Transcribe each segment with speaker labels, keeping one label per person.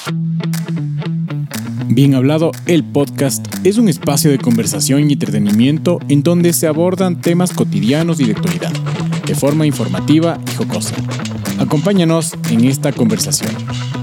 Speaker 1: Bien Hablado, el podcast, es un espacio de conversación y entretenimiento en donde se abordan temas cotidianos y de actualidad, de forma informativa y jocosa. Acompáñanos en esta conversación.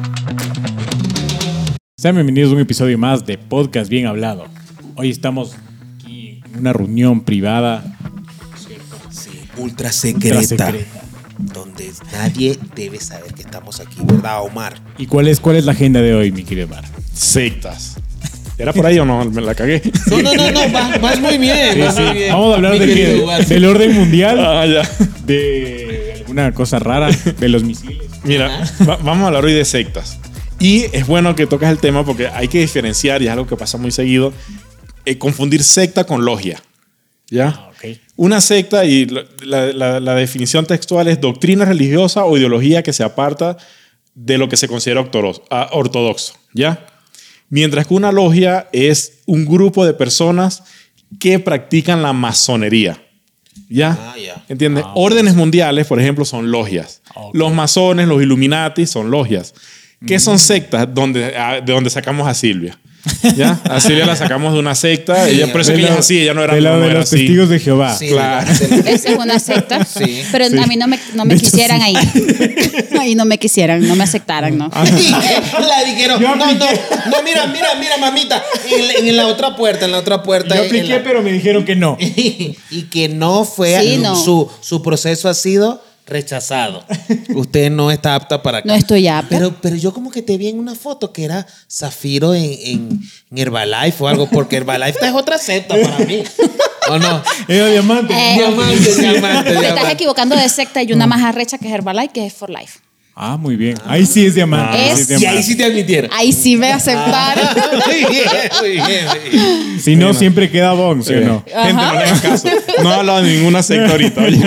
Speaker 1: Sean bienvenidos a un episodio más de Podcast Bien Hablado. Hoy estamos aquí en una reunión privada, ¿cierto?
Speaker 2: Sí, ultra secreta. Donde nadie debe saber que estamos aquí, ¿verdad, Omar?
Speaker 1: ¿Y cuál es la agenda de hoy, mi querido Omar?
Speaker 3: Sectas. ¿Era por ahí o no? Me la cagué.
Speaker 2: No, vas muy bien.
Speaker 1: Sí,
Speaker 2: vas
Speaker 1: sí.
Speaker 2: muy bien.
Speaker 1: Vamos a hablar
Speaker 2: Mi querido Omar.
Speaker 1: del orden mundial,
Speaker 3: Ya.
Speaker 1: de alguna cosa rara, de los misiles.
Speaker 3: Mira, vamos a hablar hoy de sectas. Y es bueno que tocas el tema porque hay que diferenciar, y es algo que pasa muy seguido, confundir secta con logia. ¿Ya?
Speaker 1: Okay.
Speaker 3: Una secta, y la definición textual es doctrina religiosa o ideología que se aparta de lo que se considera ortodoxo. ¿Ya? Mientras que una logia es un grupo de personas que practican la masonería. ¿Ya?
Speaker 2: Ya.
Speaker 3: ¿Entiendes? Órdenes mundiales, por ejemplo, son logias.
Speaker 1: Okay.
Speaker 3: Los masones, los Illuminati son logias. ¿Qué son sectas? De donde sacamos a Silvia. ¿Ya? A Silvia la sacamos de una secta. Ella, por eso que ella es así, ella no era,
Speaker 1: de
Speaker 3: no
Speaker 1: de
Speaker 3: era
Speaker 1: los
Speaker 3: así.
Speaker 1: testigos de Jehová.
Speaker 2: Sí,
Speaker 3: Claro.
Speaker 4: Esa es una secta.
Speaker 2: Sí.
Speaker 4: Pero
Speaker 1: Sí.
Speaker 4: a mí no me
Speaker 1: De hecho,
Speaker 4: quisieran
Speaker 1: sí.
Speaker 4: ahí. Ahí no me quisieran, no me aceptaran, ¿no?
Speaker 2: La dijeron,
Speaker 1: Yo
Speaker 2: no,
Speaker 1: apliqué.
Speaker 2: mira, mamita. En la otra puerta.
Speaker 1: Yo apliqué, pero me dijeron que no.
Speaker 2: Y que no fue.
Speaker 4: Sí, no.
Speaker 2: Su proceso ha sido rechazado. Usted no está apta para acá.
Speaker 4: No estoy apta.
Speaker 2: Pero yo como que te vi en una foto que era Zafiro en Herbalife o algo, porque Herbalife es otra secta para mí. ¿O no?
Speaker 1: Era diamante.
Speaker 2: Diamante.
Speaker 4: Te estás equivocando de secta y una más arrecha que es Herbalife, que es For Life.
Speaker 1: Ah, muy bien. Ahí sí es diamante. ahí sí es
Speaker 4: Es-
Speaker 2: Y ahí
Speaker 1: diamante.
Speaker 2: sí te admitieron.
Speaker 4: Ahí sí me aceptaron.
Speaker 2: Muy bien.
Speaker 1: Si no, siempre queda bon, ¿sí o no?
Speaker 3: Gente, no le hagan caso. No he hablado de ninguna secta ahorita. Oye.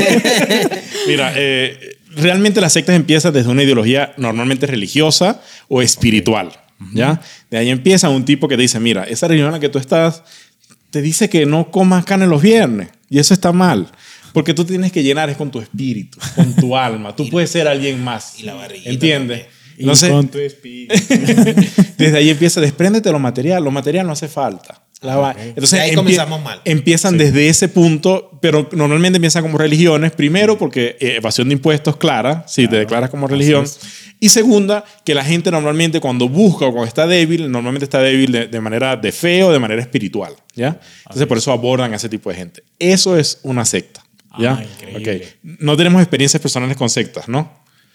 Speaker 3: Mira, realmente las sectas empiezan desde una ideología normalmente religiosa o espiritual. ¿Ya? De ahí empieza un tipo que te dice, mira, esa religión en la que tú estás te dice que no comas carne los viernes. Y eso está mal. Porque tú tienes que llenar es con tu espíritu, con tu alma. Tú puedes ser alguien más.
Speaker 2: Y la barriguita
Speaker 3: ¿Entiendes?
Speaker 1: Y
Speaker 3: No sé.
Speaker 1: con tu espíritu.
Speaker 3: Desde ahí empieza, despréndete de lo material. Lo material no hace falta. Entonces
Speaker 2: Y ahí comenzamos mal.
Speaker 3: Empiezan desde ese punto, pero normalmente empiezan como religiones. Primero, porque evasión de impuestos clara, si te declaras como religión. Y segunda, que la gente normalmente cuando busca o cuando está débil, normalmente está débil de manera de fe o de manera espiritual. ¿Ya? Entonces, por eso abordan a ese tipo de gente. Eso es una secta. ¿Ya?
Speaker 1: Increíble.
Speaker 3: Okay. No tenemos experiencias personales con sectas, ¿no?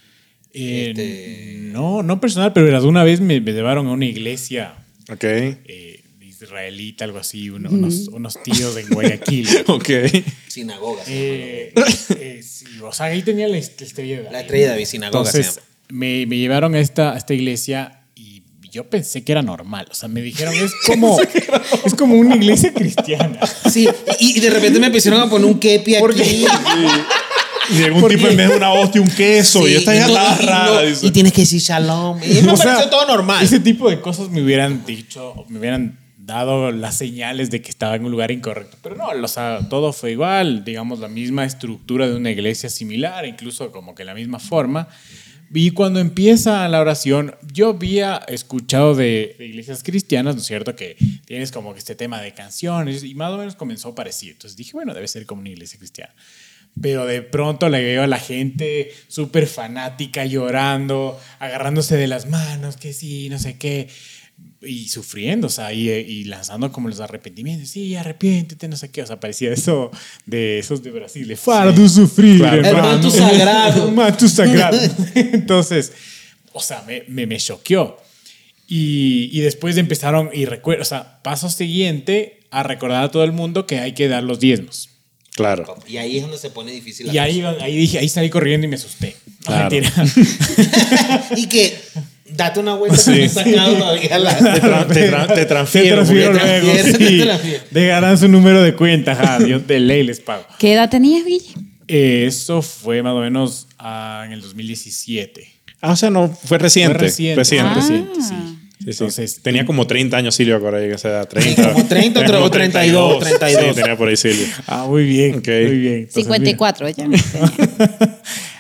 Speaker 1: No personal, pero alguna vez me llevaron a una iglesia
Speaker 3: Ok.
Speaker 1: israelita, algo así, unos tíos en Guayaquil.
Speaker 3: Ok.
Speaker 2: Sinagoga.
Speaker 1: Sí, o sea, ahí tenía la estrella de David.
Speaker 2: La estrella de David, sinagoga se
Speaker 1: Entonces,
Speaker 2: llama.
Speaker 1: me llevaron a esta iglesia y yo pensé que era normal. O sea, me dijeron, es como una iglesia cristiana.
Speaker 2: Sí, y de repente me empezaron a poner un kepi aquí.
Speaker 3: Y llega un tipo en vez de una hostia, un queso.
Speaker 2: Sí,
Speaker 3: y esta ya
Speaker 2: no,
Speaker 3: está rara. dice.
Speaker 2: y tienes que decir shalom. Y me
Speaker 1: O sea,
Speaker 2: pareció todo normal.
Speaker 1: Ese tipo de cosas me hubieran dicho, me hubieran dado las señales de que estaba en un lugar incorrecto. Pero no, o sea, todo fue igual, digamos, la misma estructura de una iglesia similar, incluso como que la misma forma. Y cuando empieza la oración, yo había escuchado de iglesias cristianas, ¿no es cierto? Que tienes como que este tema de canciones y más o menos comenzó parecido. Entonces dije, bueno, debe ser como una iglesia cristiana. Pero de pronto le veo a la gente súper fanática llorando, agarrándose de las manos, que sí, no sé qué, y sufriendo, o sea, y lanzando como los arrepentimientos. Sí, arrepiéntete, no sé qué. O sea, parecía eso de esos de Brasil, de fardo sufrir,
Speaker 3: Claro.
Speaker 2: El manto sagrado.
Speaker 1: El manto sagrado. Entonces, o sea, me choqueó. Y después empezaron, y recuerdo, o sea, paso siguiente a recordar a todo el mundo que hay que dar los diezmos.
Speaker 3: Claro.
Speaker 2: Y ahí es donde se pone difícil la
Speaker 1: Y ahí salí corriendo y me asusté. No,
Speaker 3: Claro.
Speaker 1: mentira.
Speaker 2: cosa. Y que date una vuelta que no he sacado todavía
Speaker 3: Te transfiero.
Speaker 1: Te transfiero
Speaker 3: porque-
Speaker 1: luego,
Speaker 2: transfiero,
Speaker 1: sí.
Speaker 2: te transfiero.
Speaker 1: Dejarán su número de cuenta. Ja, Dios de ley les pago.
Speaker 4: ¿Qué edad tenías, Guille?
Speaker 1: Eso fue más o menos en el 2017.
Speaker 3: O sea, no, fue reciente.
Speaker 1: Fue reciente.
Speaker 4: Ah.
Speaker 1: Sí.
Speaker 3: Sí, sí.
Speaker 1: Entonces,
Speaker 3: tenía como 30 años Silvia por ahí, o sea, 30.
Speaker 2: Sí, como 30
Speaker 3: tenía como
Speaker 2: 32.
Speaker 3: Sí, tenía por ahí Silvia.
Speaker 1: muy bien,
Speaker 3: Ok.
Speaker 1: muy bien. Entonces,
Speaker 4: 54 ya.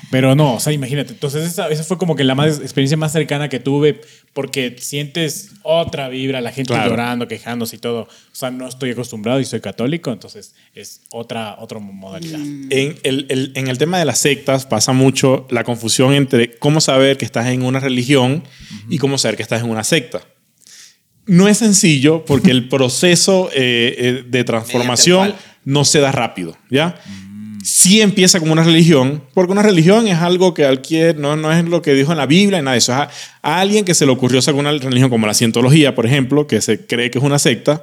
Speaker 1: Pero no, o sea, imagínate. Entonces, esa fue como que la experiencia más cercana que tuve, porque sientes otra vibra, la gente
Speaker 3: Claro.
Speaker 1: llorando, quejándose y todo. O sea, no estoy acostumbrado y soy católico, entonces es otra modalidad.
Speaker 3: En el tema de las sectas pasa mucho la confusión entre cómo saber que estás en una religión y cómo saber que estás en una secta. No es sencillo porque el proceso de transformación
Speaker 2: Mediante el cual.
Speaker 3: no se da rápido, ¿ya? Sí empieza como una religión, porque una religión es algo que no es lo que dijo en la Biblia, nada de eso. Es a alguien que se le ocurrió sacar una religión como la cientología, por ejemplo, que se cree que es una secta.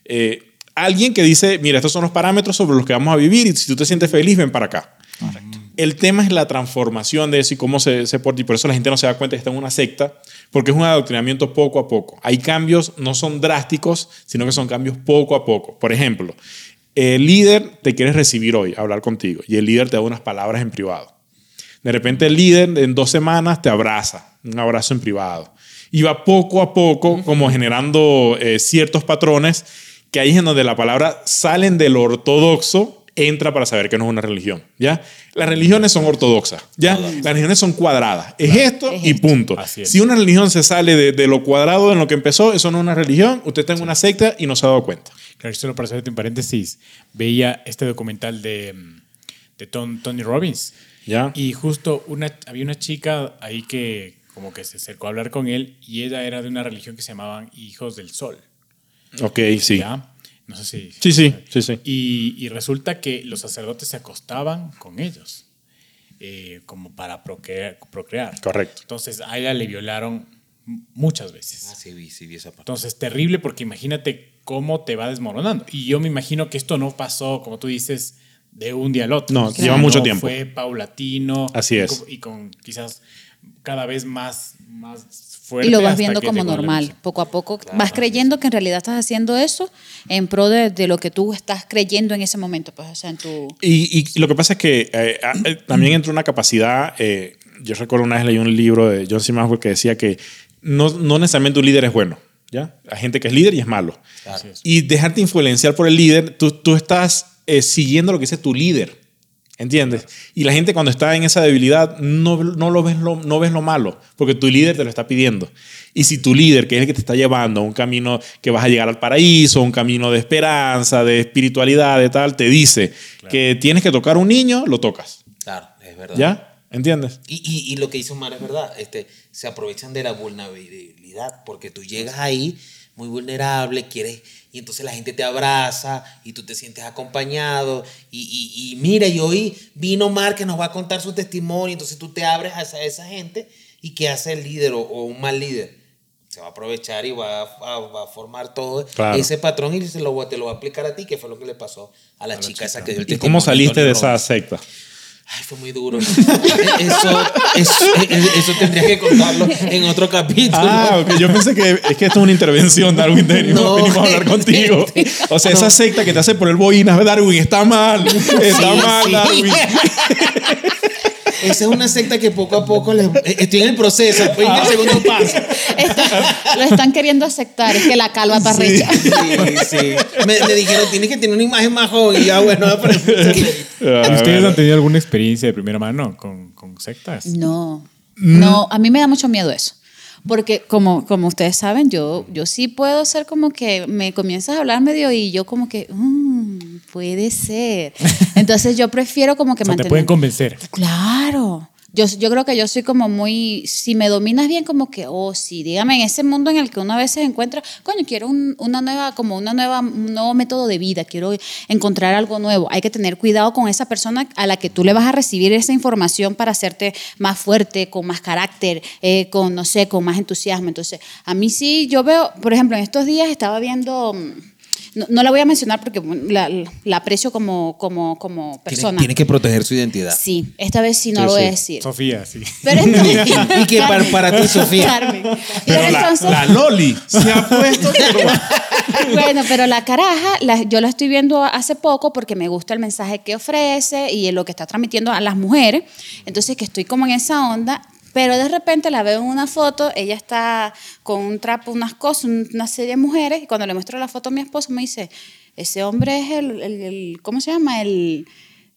Speaker 3: Alguien que dice, mira, estos son los parámetros sobre los que vamos a vivir y si tú te sientes feliz, ven para acá. Correcto. El tema es la transformación de eso y cómo se porta, y por eso la gente no se da cuenta que está en una secta, porque es un adoctrinamiento poco a poco. Hay cambios, no son drásticos, sino que son cambios poco a poco. Por ejemplo, el líder te quiere recibir hoy, hablar contigo, y el líder te da unas palabras en privado. De repente el líder en 2 semanas te abraza, un abrazo en privado. Y va poco a poco como generando ciertos patrones que ahí es en donde la palabra salen del ortodoxo, entra para saber que no es una religión, ¿ya? Las religiones son ortodoxas, ¿ya? Las religiones son cuadradas. Es esto y punto.
Speaker 1: Así es.
Speaker 3: Si una religión se sale de lo cuadrado en lo que empezó, eso no es una religión, usted está en una secta y no se ha dado cuenta.
Speaker 1: Claro, solo para hacerte un paréntesis, veía este documental de Tony Robbins.
Speaker 3: ¿Ya?
Speaker 1: Y justo había una chica ahí que como que se acercó a hablar con él y ella era de una religión que se llamaban Hijos del Sol.
Speaker 3: Ok, sí.
Speaker 1: ¿Ya? No sé si...
Speaker 3: Sí.
Speaker 1: Y resulta que los sacerdotes se acostaban con ellos como para procrear.
Speaker 3: Correcto.
Speaker 1: Entonces a ella le violaron muchas veces.
Speaker 2: Ah, sí vi esa parte.
Speaker 1: Entonces, terrible porque imagínate cómo te va desmoronando. Y yo me imagino que esto no pasó, como tú dices, de un día al otro.
Speaker 3: No, lleva mucho tiempo.
Speaker 1: Fue paulatino.
Speaker 3: Así es.
Speaker 1: Y con quizás cada vez más fuerte.
Speaker 4: Y lo vas
Speaker 1: hasta
Speaker 4: viendo
Speaker 1: que
Speaker 4: como
Speaker 1: llegó a la
Speaker 4: normal,
Speaker 1: religión.
Speaker 4: poco a poco. Vas creyendo que en realidad estás haciendo eso en pro de lo que tú estás creyendo en ese momento. Pues, o sea, en tu...
Speaker 3: Y lo que pasa es que también entra una capacidad. Yo recuerdo una vez leí un libro de John C. Maxwell que decía que no necesariamente un líder es bueno, ¿ya? Hay gente que es líder y es malo.
Speaker 2: Claro.
Speaker 3: Y dejarte influenciar por el líder, tú estás siguiendo lo que dice tu líder. ¿Entiendes? Y la gente cuando está en esa debilidad no ves lo malo, porque tu líder te lo está pidiendo. Y si tu líder, que es el que te está llevando a un camino que vas a llegar al paraíso, un camino de esperanza, de espiritualidad, de tal, te dice que tienes que tocar a un niño, lo tocas.
Speaker 2: Claro, es verdad.
Speaker 3: ¿Ya? ¿Entiendes?
Speaker 2: Y lo que hizo Omar es verdad. Se aprovechan de la vulnerabilidad, porque tú llegas ahí muy vulnerable, y entonces la gente te abraza y tú te sientes acompañado y mira, y hoy vino Omar que nos va a contar su testimonio, entonces tú te abres a esa gente y ¿qué hace el líder o un mal líder? Se va a aprovechar y va a formar todo ese patrón y te lo va a aplicar a ti, que fue lo que le pasó a la chica esa que dio el
Speaker 3: ¿Y
Speaker 2: testimonio.
Speaker 3: cómo saliste
Speaker 2: Tony
Speaker 3: de esa
Speaker 2: Robbins.
Speaker 3: secta?
Speaker 2: Ay, fue muy duro. Eso tendría que contarlo en otro capítulo.
Speaker 3: Ok. Yo pensé que esto es una intervención, Darwin.
Speaker 2: No.
Speaker 3: Venimos a hablar contigo. O sea, esa secta que te hace poner boinas, Darwin, está mal. Está mal,
Speaker 2: sí.
Speaker 3: Darwin.
Speaker 2: Esa es una secta que poco a poco estoy en el proceso, estoy en el segundo paso.
Speaker 4: Lo están queriendo aceptar, es que la calva está recha.
Speaker 2: Sí. Me dijeron, tienes que tener una imagen más joven. Y ya, bueno, aprendí.
Speaker 1: ¿Y ustedes han tenido alguna experiencia de primera mano con sectas?
Speaker 4: No, a mí me da mucho miedo eso. Porque como ustedes saben, yo sí puedo ser como que me comienzas a hablar medio y yo como que, puede ser. Entonces yo prefiero como que
Speaker 1: O sea, te pueden convencer.
Speaker 4: Claro. Yo creo que yo soy como muy, si me dominas bien, como que, sí, dígame, en ese mundo en el que uno a veces encuentra, coño, quiero un nuevo método de vida, quiero encontrar algo nuevo. Hay que tener cuidado con esa persona a la que tú le vas a recibir esa información para hacerte más fuerte, con más carácter, con más entusiasmo. Entonces, a mí sí, yo veo, por ejemplo, en estos días estaba viendo... No la voy a mencionar porque la aprecio como persona.
Speaker 2: Tiene que proteger su identidad.
Speaker 4: Sí, esta vez sí no lo voy a decir.
Speaker 1: Sofía, sí.
Speaker 4: Pero entonces,
Speaker 2: Y que para ti, Sofía.
Speaker 4: Carmen.
Speaker 3: Pero la Loli se ha puesto...
Speaker 4: Bueno, pero la caraja, yo la estoy viendo hace poco porque me gusta el mensaje que ofrece y lo que está transmitiendo a las mujeres. Entonces, que estoy como en esa onda. Pero de repente la veo en una foto, ella está con un trapo, unas cosas, una serie de mujeres, y cuando le muestro la foto a mi esposo me dice, ese hombre es el ¿cómo se llama?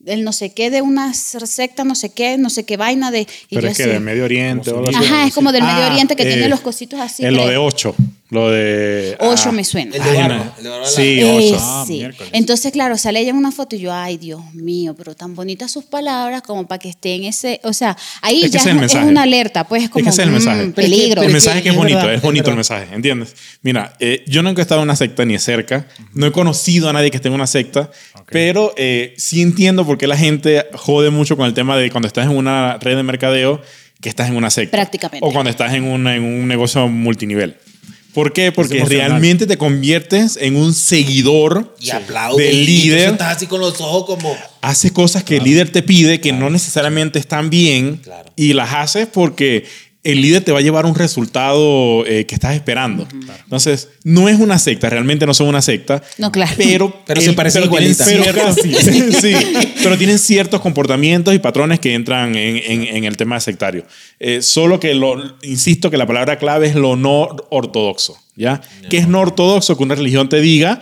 Speaker 4: el no sé qué de una secta, no sé qué vaina de... Y
Speaker 3: Pero
Speaker 4: yo
Speaker 3: es que
Speaker 4: así,
Speaker 3: de Medio Oriente o algo así.
Speaker 4: ajá, es como del Medio Oriente que tiene
Speaker 3: eh,
Speaker 4: los cositos así.
Speaker 3: Lo
Speaker 4: creo.
Speaker 3: de 8. Lo de.
Speaker 4: Ocho me suena.
Speaker 2: El de
Speaker 3: Ay,
Speaker 2: barba,
Speaker 3: no.
Speaker 2: el de barba
Speaker 3: Sí,
Speaker 2: larga.
Speaker 3: 8.
Speaker 4: Sí.
Speaker 1: miércoles.
Speaker 4: Entonces, claro, sale ella en una foto y yo, ay, Dios mío, pero tan bonitas sus palabras como para que esté en ese, o sea, ahí
Speaker 3: Es que
Speaker 4: ya
Speaker 3: ese es el
Speaker 4: es
Speaker 3: mensaje.
Speaker 4: una alerta, pues es como
Speaker 3: que ese es el mensaje.
Speaker 4: peligro.
Speaker 3: El
Speaker 2: Pero
Speaker 3: mensaje que es
Speaker 2: es
Speaker 3: bonito,
Speaker 2: verdad,
Speaker 3: es bonito el
Speaker 2: verdad.
Speaker 3: mensaje, ¿entiendes? Mira, yo nunca he estado en una secta ni cerca, no he conocido a nadie que esté en una secta, pero sí entiendo por qué la gente jode mucho con el tema de cuando estás en una red de mercadeo que estás en una secta.
Speaker 4: Prácticamente.
Speaker 3: O cuando estás en un negocio multinivel. ¿Por qué? Porque
Speaker 1: emocional.
Speaker 3: realmente te conviertes en un seguidor
Speaker 2: Y aplaude.
Speaker 3: del
Speaker 2: Y
Speaker 3: líder.
Speaker 2: entonces estás así con los ojos como...
Speaker 3: Haces cosas que el líder te pide que no necesariamente están bien
Speaker 2: Claro.
Speaker 3: y las haces porque el líder te va a llevar un resultado que estás esperando. Entonces, no es una secta, realmente no son una secta.
Speaker 4: No, claro.
Speaker 3: Pero
Speaker 2: se parecen
Speaker 3: tienen
Speaker 2: igualitas.
Speaker 3: ciertos- sí, pero tienen ciertos comportamientos y patrones que entran en el tema sectario. Solo que, insisto, que la palabra clave es lo no ortodoxo. ¿Ya? ¿Qué es no ortodoxo? Que una religión te diga,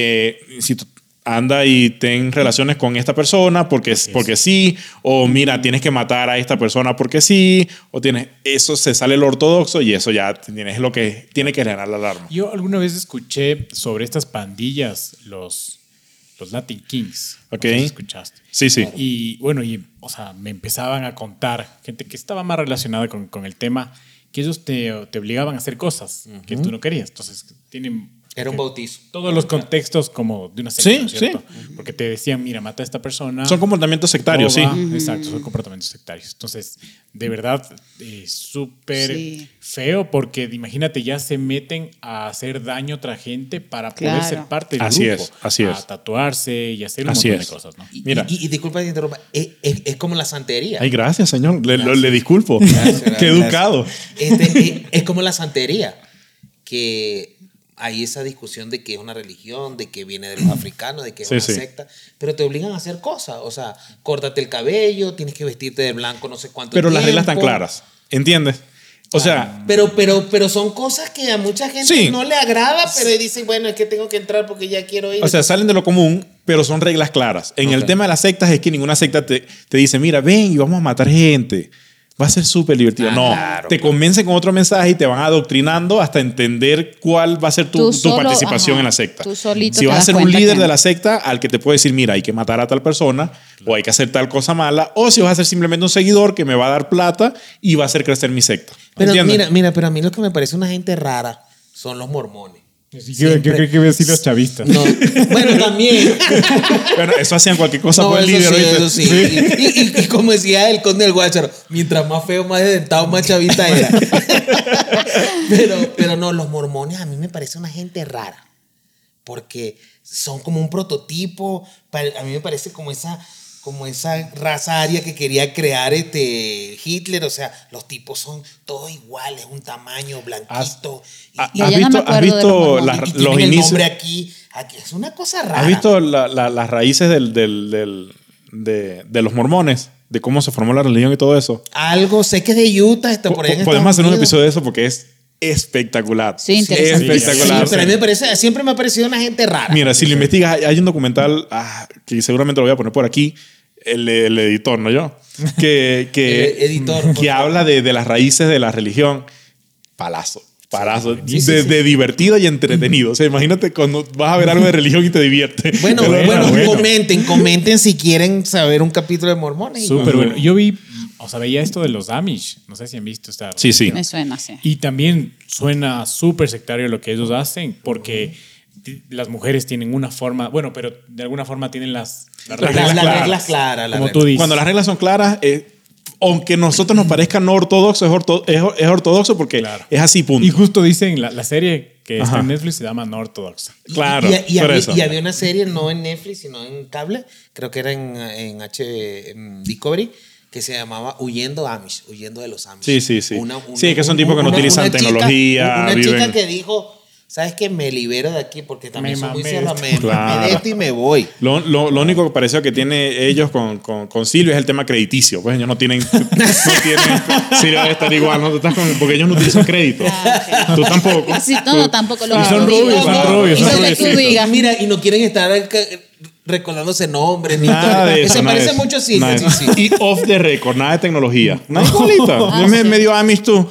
Speaker 3: si tú anda y ten relaciones con esta persona porque sí, o mira, tienes que matar a esta persona porque sí, o tienes, eso se sale lo ortodoxo y eso ya tienes lo que tiene que generar la alarma.
Speaker 1: Yo alguna vez escuché sobre estas pandillas, los Latin Kings.
Speaker 3: Ok.
Speaker 1: No sé si escuchaste.
Speaker 3: Sí.
Speaker 1: Y bueno, o sea, me empezaban a contar gente que estaba más relacionada con el tema, que ellos te obligaban a hacer cosas que tú no querías. Entonces, tienen...
Speaker 2: Era un bautizo.
Speaker 1: Todos los contextos como de una secta,
Speaker 3: Sí,
Speaker 1: ¿no es cierto? Porque te decían, mira, mata a esta persona.
Speaker 3: Son comportamientos sectarios,
Speaker 1: roba.
Speaker 3: sí.
Speaker 1: Exacto, son comportamientos sectarios. Entonces, de verdad, súper
Speaker 4: Sí.
Speaker 1: feo porque imagínate, ya se meten a hacer daño a otra gente para poder
Speaker 4: Claro.
Speaker 1: ser parte del
Speaker 3: Así
Speaker 1: grupo.
Speaker 3: es, así es.
Speaker 1: A tatuarse y hacer un
Speaker 3: Así
Speaker 1: montón
Speaker 3: es.
Speaker 1: de cosas, ¿no?
Speaker 3: Mira.
Speaker 2: Y disculpa que te interrumpa, es como la santería.
Speaker 3: Ay, gracias, señor. Le disculpo. Qué educado.
Speaker 2: Es como la santería, que hay esa discusión de que es una religión, de que viene de los africanos, de que es
Speaker 3: Sí,
Speaker 2: una
Speaker 3: sí.
Speaker 2: secta, pero te obligan a hacer cosas. O sea, córtate el cabello, tienes que vestirte de blanco no sé cuánto
Speaker 3: Pero las reglas están
Speaker 2: tiempo.
Speaker 3: claras. ¿Entiendes? O sea,
Speaker 2: Pero son cosas que a mucha gente
Speaker 3: Sí.
Speaker 2: no le agrada, pero dicen, bueno, es que tengo que entrar porque ya quiero ir.
Speaker 3: o sea, salen de lo común, pero son reglas claras. En el
Speaker 2: Ok.
Speaker 3: tema de las sectas es que ninguna secta te dice, mira, ven y vamos a matar gente. Va a ser súper divertido.
Speaker 2: Ah,
Speaker 3: No,
Speaker 2: claro,
Speaker 3: te convencen con otro mensaje y te van adoctrinando hasta entender cuál va a ser tu
Speaker 4: Tú solo,
Speaker 3: participación
Speaker 4: ajá,
Speaker 3: en la secta.
Speaker 4: tú solito
Speaker 3: Si
Speaker 4: te
Speaker 3: vas a
Speaker 4: das
Speaker 3: ser un
Speaker 4: cuenta
Speaker 3: líder
Speaker 4: que-
Speaker 3: de la secta al que te puede decir, mira, hay que matar a tal persona o hay que hacer tal cosa mala, o si vas a ser simplemente un seguidor que me va a dar plata y va a hacer crecer mi secta.
Speaker 2: pero
Speaker 3: ¿Entiendes?
Speaker 2: mira, pero a mí lo que me parece una gente rara son los mormones.
Speaker 1: Yo creo que iba a decir los chavistas.
Speaker 2: No, bueno, también.
Speaker 3: Bueno, eso hacían cualquier cosa por el
Speaker 2: eso
Speaker 3: líder.
Speaker 2: sí,
Speaker 3: ¿oíste?
Speaker 2: eso sí. Y como decía el conde del Guácharo, mientras más feo, más desdentado, más chavista era. pero no, los mormones a mí me parece una gente rara. Porque son como un prototipo. A mí me parece como esa raza aria que quería crear Hitler. O sea, los tipos son todos iguales, un tamaño blanquito.
Speaker 3: ¿Has
Speaker 4: Yo ya no me
Speaker 3: visto,
Speaker 4: acuerdo de los mormones.
Speaker 3: las-
Speaker 2: y tienen
Speaker 3: los
Speaker 2: el
Speaker 3: inicios?
Speaker 2: nombre aquí. Es una cosa rara.
Speaker 3: ¿Has visto las raíces de los mormones? De cómo se formó la religión y todo eso.
Speaker 2: Algo, sé que es de Utah, está por ahí en
Speaker 3: Podemos
Speaker 2: Estados
Speaker 3: hacer un
Speaker 2: Unidos.
Speaker 3: episodio de eso porque es espectacular.
Speaker 4: Sí, interesante.
Speaker 3: Espectacular.
Speaker 2: Sí, pero a mí me parece, siempre me ha parecido una gente rara.
Speaker 3: Mira, si lo investigas, hay un documental que seguramente lo voy a poner por aquí, el editor, ¿no yo? Que
Speaker 2: El editor, por
Speaker 3: que
Speaker 2: favor.
Speaker 3: habla de las raíces de la religión. Palazo.
Speaker 2: Sí, sí,
Speaker 3: de divertido y entretenido. O sea, imagínate cuando vas a ver algo de religión y te divierte.
Speaker 2: Bueno,
Speaker 1: Bueno.
Speaker 2: comenten si quieren saber un capítulo de Mormones.
Speaker 1: Súper bueno. Yo veía esto de los Amish. No sé si han visto esta.
Speaker 3: Sí, sí.
Speaker 4: Me suena así.
Speaker 1: Y también suena súper sectario lo que ellos hacen, porque las mujeres tienen una forma, bueno, pero de alguna forma tienen las reglas
Speaker 2: Las
Speaker 1: claras.
Speaker 2: reglas claras. las
Speaker 1: Como
Speaker 2: reglas.
Speaker 1: tú dices.
Speaker 3: Cuando las reglas son claras, aunque a nosotros nos parezca no ortodoxo, es ortodoxo porque
Speaker 1: Claro.
Speaker 3: es así, punto.
Speaker 1: Y justo dicen, la serie que está
Speaker 3: Ajá.
Speaker 1: en Netflix se llama No Ortodoxa.
Speaker 3: Claro,
Speaker 2: Y
Speaker 3: por eso.
Speaker 2: había una serie, no en Netflix, sino en cable, creo que era en Discovery, que se llamaba Huyendo Amish, Huyendo de los Amish.
Speaker 3: Sí. Sí, que son tipos que no utilizan tecnología,
Speaker 2: Una
Speaker 3: viven-
Speaker 2: chica que dijo, ¿sabes qué? Me libero de aquí porque también
Speaker 1: Me
Speaker 2: soy muy
Speaker 1: mamé
Speaker 2: cerrada,
Speaker 1: esto.
Speaker 2: me
Speaker 3: Claro.
Speaker 2: de esto y me voy.
Speaker 3: Lo único que pareció que tiene ellos con Silvio es el tema crediticio. Pues ellos no tienen. Silvio debe estar igual, ¿no? Tú estás porque ellos no utilizan crédito. Tú tampoco.
Speaker 4: Sí, no, tampoco lo
Speaker 1: Y son
Speaker 4: digo,
Speaker 1: rubios, son
Speaker 4: no,
Speaker 1: rubios,
Speaker 4: y
Speaker 1: son
Speaker 4: lo que tú
Speaker 1: rubios.
Speaker 4: digas.
Speaker 2: Mira, y no quieren estar recordándose nombres ni
Speaker 3: Nada de eso.
Speaker 2: Se
Speaker 3: nada de
Speaker 2: parece
Speaker 3: eso.
Speaker 2: mucho a Silvia,
Speaker 3: Nada de
Speaker 2: sí,
Speaker 3: eso.
Speaker 2: sí.
Speaker 3: Y off the record, nada de tecnología. Nada igualito. Yo me medio Amish tú.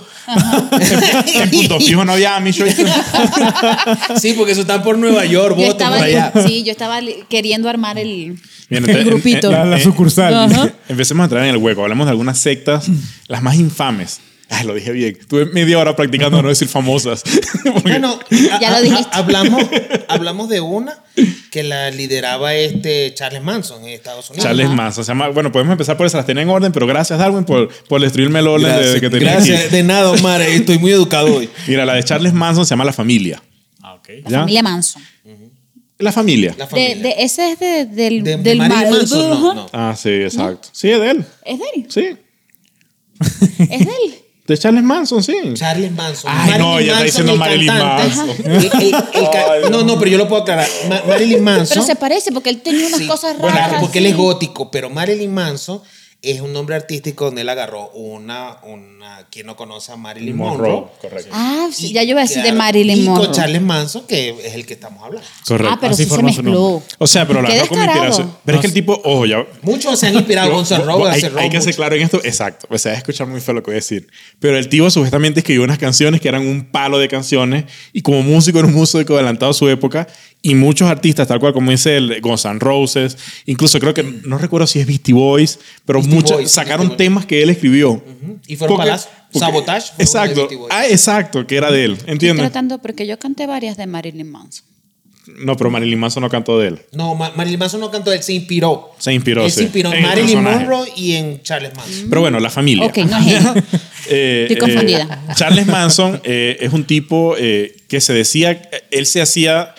Speaker 3: En Punto Fijo no había Amish. ¿Oíste?
Speaker 2: Sí, porque eso está por Nueva York,
Speaker 4: Yo
Speaker 2: Boston,
Speaker 4: estaba,
Speaker 2: por allá.
Speaker 4: sí, yo estaba queriendo armar el
Speaker 3: Bien, entonces,
Speaker 4: grupito.
Speaker 1: La sucursal.
Speaker 4: Ajá.
Speaker 3: Empecemos a entrar en el hueco. Hablemos de algunas sectas, las más infames. Ay, lo dije bien. Tuve media hora practicando no decir famosas. Porque-
Speaker 2: Bueno,
Speaker 4: Ya lo dijiste.
Speaker 2: hablamos de una que la lideraba Charles Manson en Estados Unidos.
Speaker 3: Charles Manson. Se llama, bueno, podemos empezar por esa. Las tenía en orden, pero gracias, Darwin, por destruirme el orden de que tenía
Speaker 2: Gracias,
Speaker 3: aquí.
Speaker 2: de nada, Omar. Estoy muy educado hoy.
Speaker 3: Mira, la de Charles Manson se llama La Familia.
Speaker 1: Ah, ok.
Speaker 4: La
Speaker 3: ¿Ya?
Speaker 4: familia Manson.
Speaker 3: La Familia.
Speaker 2: La familia.
Speaker 4: Ese es del
Speaker 2: de
Speaker 4: mal.
Speaker 2: Marilyn Manson, no, no.
Speaker 3: Ah, sí, exacto. Sí, es de él.
Speaker 4: ¿Es de él?
Speaker 3: Sí.
Speaker 4: ¿Es de él?
Speaker 3: De Charles Manson, sí.
Speaker 2: Charles Manson.
Speaker 3: Ay, no, ya está diciendo
Speaker 2: el
Speaker 3: Marilyn
Speaker 2: cantante.
Speaker 3: Manson.
Speaker 2: No, pero yo lo puedo aclarar. Marilyn Manson.
Speaker 4: Pero se parece porque él tenía unas
Speaker 2: Sí,
Speaker 4: cosas
Speaker 2: bueno,
Speaker 4: raras.
Speaker 2: porque él
Speaker 4: así.
Speaker 2: es gótico, pero Marilyn Manson es un nombre artístico donde él agarró una quien no conoce a Marilyn Monroe.
Speaker 3: correcto.
Speaker 4: Ah, sí,
Speaker 2: Y
Speaker 4: ya yo iba a decir de
Speaker 2: claro,
Speaker 4: Marilyn
Speaker 2: y
Speaker 4: Monroe.
Speaker 2: con Charles Manson, que es el que estamos hablando.
Speaker 3: Correcto.
Speaker 4: Ah, pero
Speaker 1: Así
Speaker 4: sí se
Speaker 1: formó su
Speaker 4: mezcló.
Speaker 3: O sea, pero la
Speaker 4: Qué
Speaker 3: verdad como
Speaker 4: descarado.
Speaker 3: inspiración. Pero es que el tipo, ojo, ya.
Speaker 2: Muchos se han inspirado con Guns N' Roses a hacer
Speaker 3: Hay
Speaker 2: rock,
Speaker 3: que ser
Speaker 2: mucho.
Speaker 3: claro en esto. Exacto. O sea, es escuchar muy feo lo que voy a decir. Pero el tipo supuestamente escribió unas canciones que eran un palo de canciones. Y como músico era un músico adelantado a su época. Y muchos artistas, tal cual como dice el Guns N' Roses. Incluso creo que, no recuerdo si es Beastie Boys. Pero
Speaker 2: Beastie
Speaker 3: muchos
Speaker 2: Boys,
Speaker 3: sacaron
Speaker 2: Beastie Boys.
Speaker 3: temas que él escribió.
Speaker 2: Y fueron Sabotage. fue uno de
Speaker 3: Exacto.
Speaker 2: Beastie Boys.
Speaker 3: Ah, exacto. Que era de él.
Speaker 4: Estoy
Speaker 3: ¿Entiendes?
Speaker 4: tratando, porque yo canté varias de Marilyn Manson.
Speaker 3: No, pero Marilyn Manson no cantó de él.
Speaker 2: No, Marilyn Manson no cantó, él se inspiró.
Speaker 3: Se inspiró,
Speaker 2: Él
Speaker 3: sí.
Speaker 2: se inspiró en
Speaker 3: En el
Speaker 2: Marilyn
Speaker 3: personaje.
Speaker 2: Monroe y en Charles Manson.
Speaker 3: Pero bueno, la familia.
Speaker 4: Ok, no es él. Estoy confundida.
Speaker 3: Charles Manson es un tipo que se decía, él se hacía,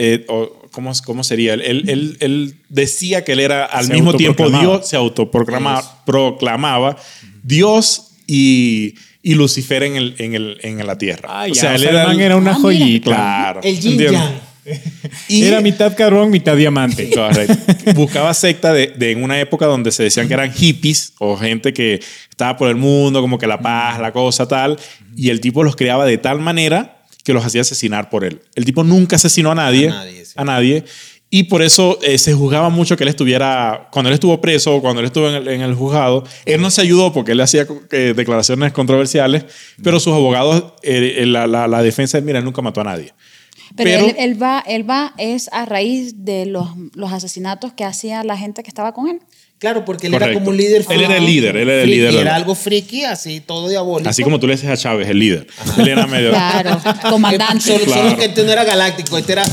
Speaker 3: ¿cómo sería? Él decía que él era al
Speaker 1: Se
Speaker 3: mismo tiempo
Speaker 1: autoproclamaba.
Speaker 3: Dios, se autoproclamaba Dios y Lucifer en la tierra.
Speaker 1: Ay,
Speaker 3: o
Speaker 1: ya,
Speaker 3: sea,
Speaker 1: o
Speaker 3: él
Speaker 1: sea,
Speaker 3: era
Speaker 1: el man era una
Speaker 4: Ah, mira.
Speaker 1: joyita.
Speaker 3: Claro.
Speaker 2: El Yin
Speaker 3: ¿entiendes?
Speaker 2: Yang.
Speaker 3: Y
Speaker 1: Era mitad carbón, mitad diamante.
Speaker 3: correcto. Buscaba secta en una época donde se decían que eran hippies o gente que estaba por el mundo, como que la paz, la cosa, tal. Y el tipo los creaba de tal manera que los hacía asesinar por él. El tipo nunca asesinó a nadie.
Speaker 2: Sí.
Speaker 3: A nadie. Y por eso se juzgaba mucho que él estuviera, cuando él estuvo preso o cuando él estuvo en el juzgado, él no se ayudó porque él hacía declaraciones controversiales, pero sus abogados, la defensa, mira, él nunca mató a nadie.
Speaker 4: Pero él va es a raíz de los asesinatos que hacía la gente que estaba con él.
Speaker 2: Claro, porque él
Speaker 3: Correcto.
Speaker 2: era como un líder.
Speaker 3: Él era el líder, él era el
Speaker 2: friki,
Speaker 3: líder de
Speaker 2: Era
Speaker 3: la-
Speaker 2: algo friki, así, todo diabólico.
Speaker 3: Así como tú le dices a Chávez, el líder. Él era medio...
Speaker 4: Claro, comandante.
Speaker 2: Solo
Speaker 3: Claro.
Speaker 2: que este no era galáctico, este era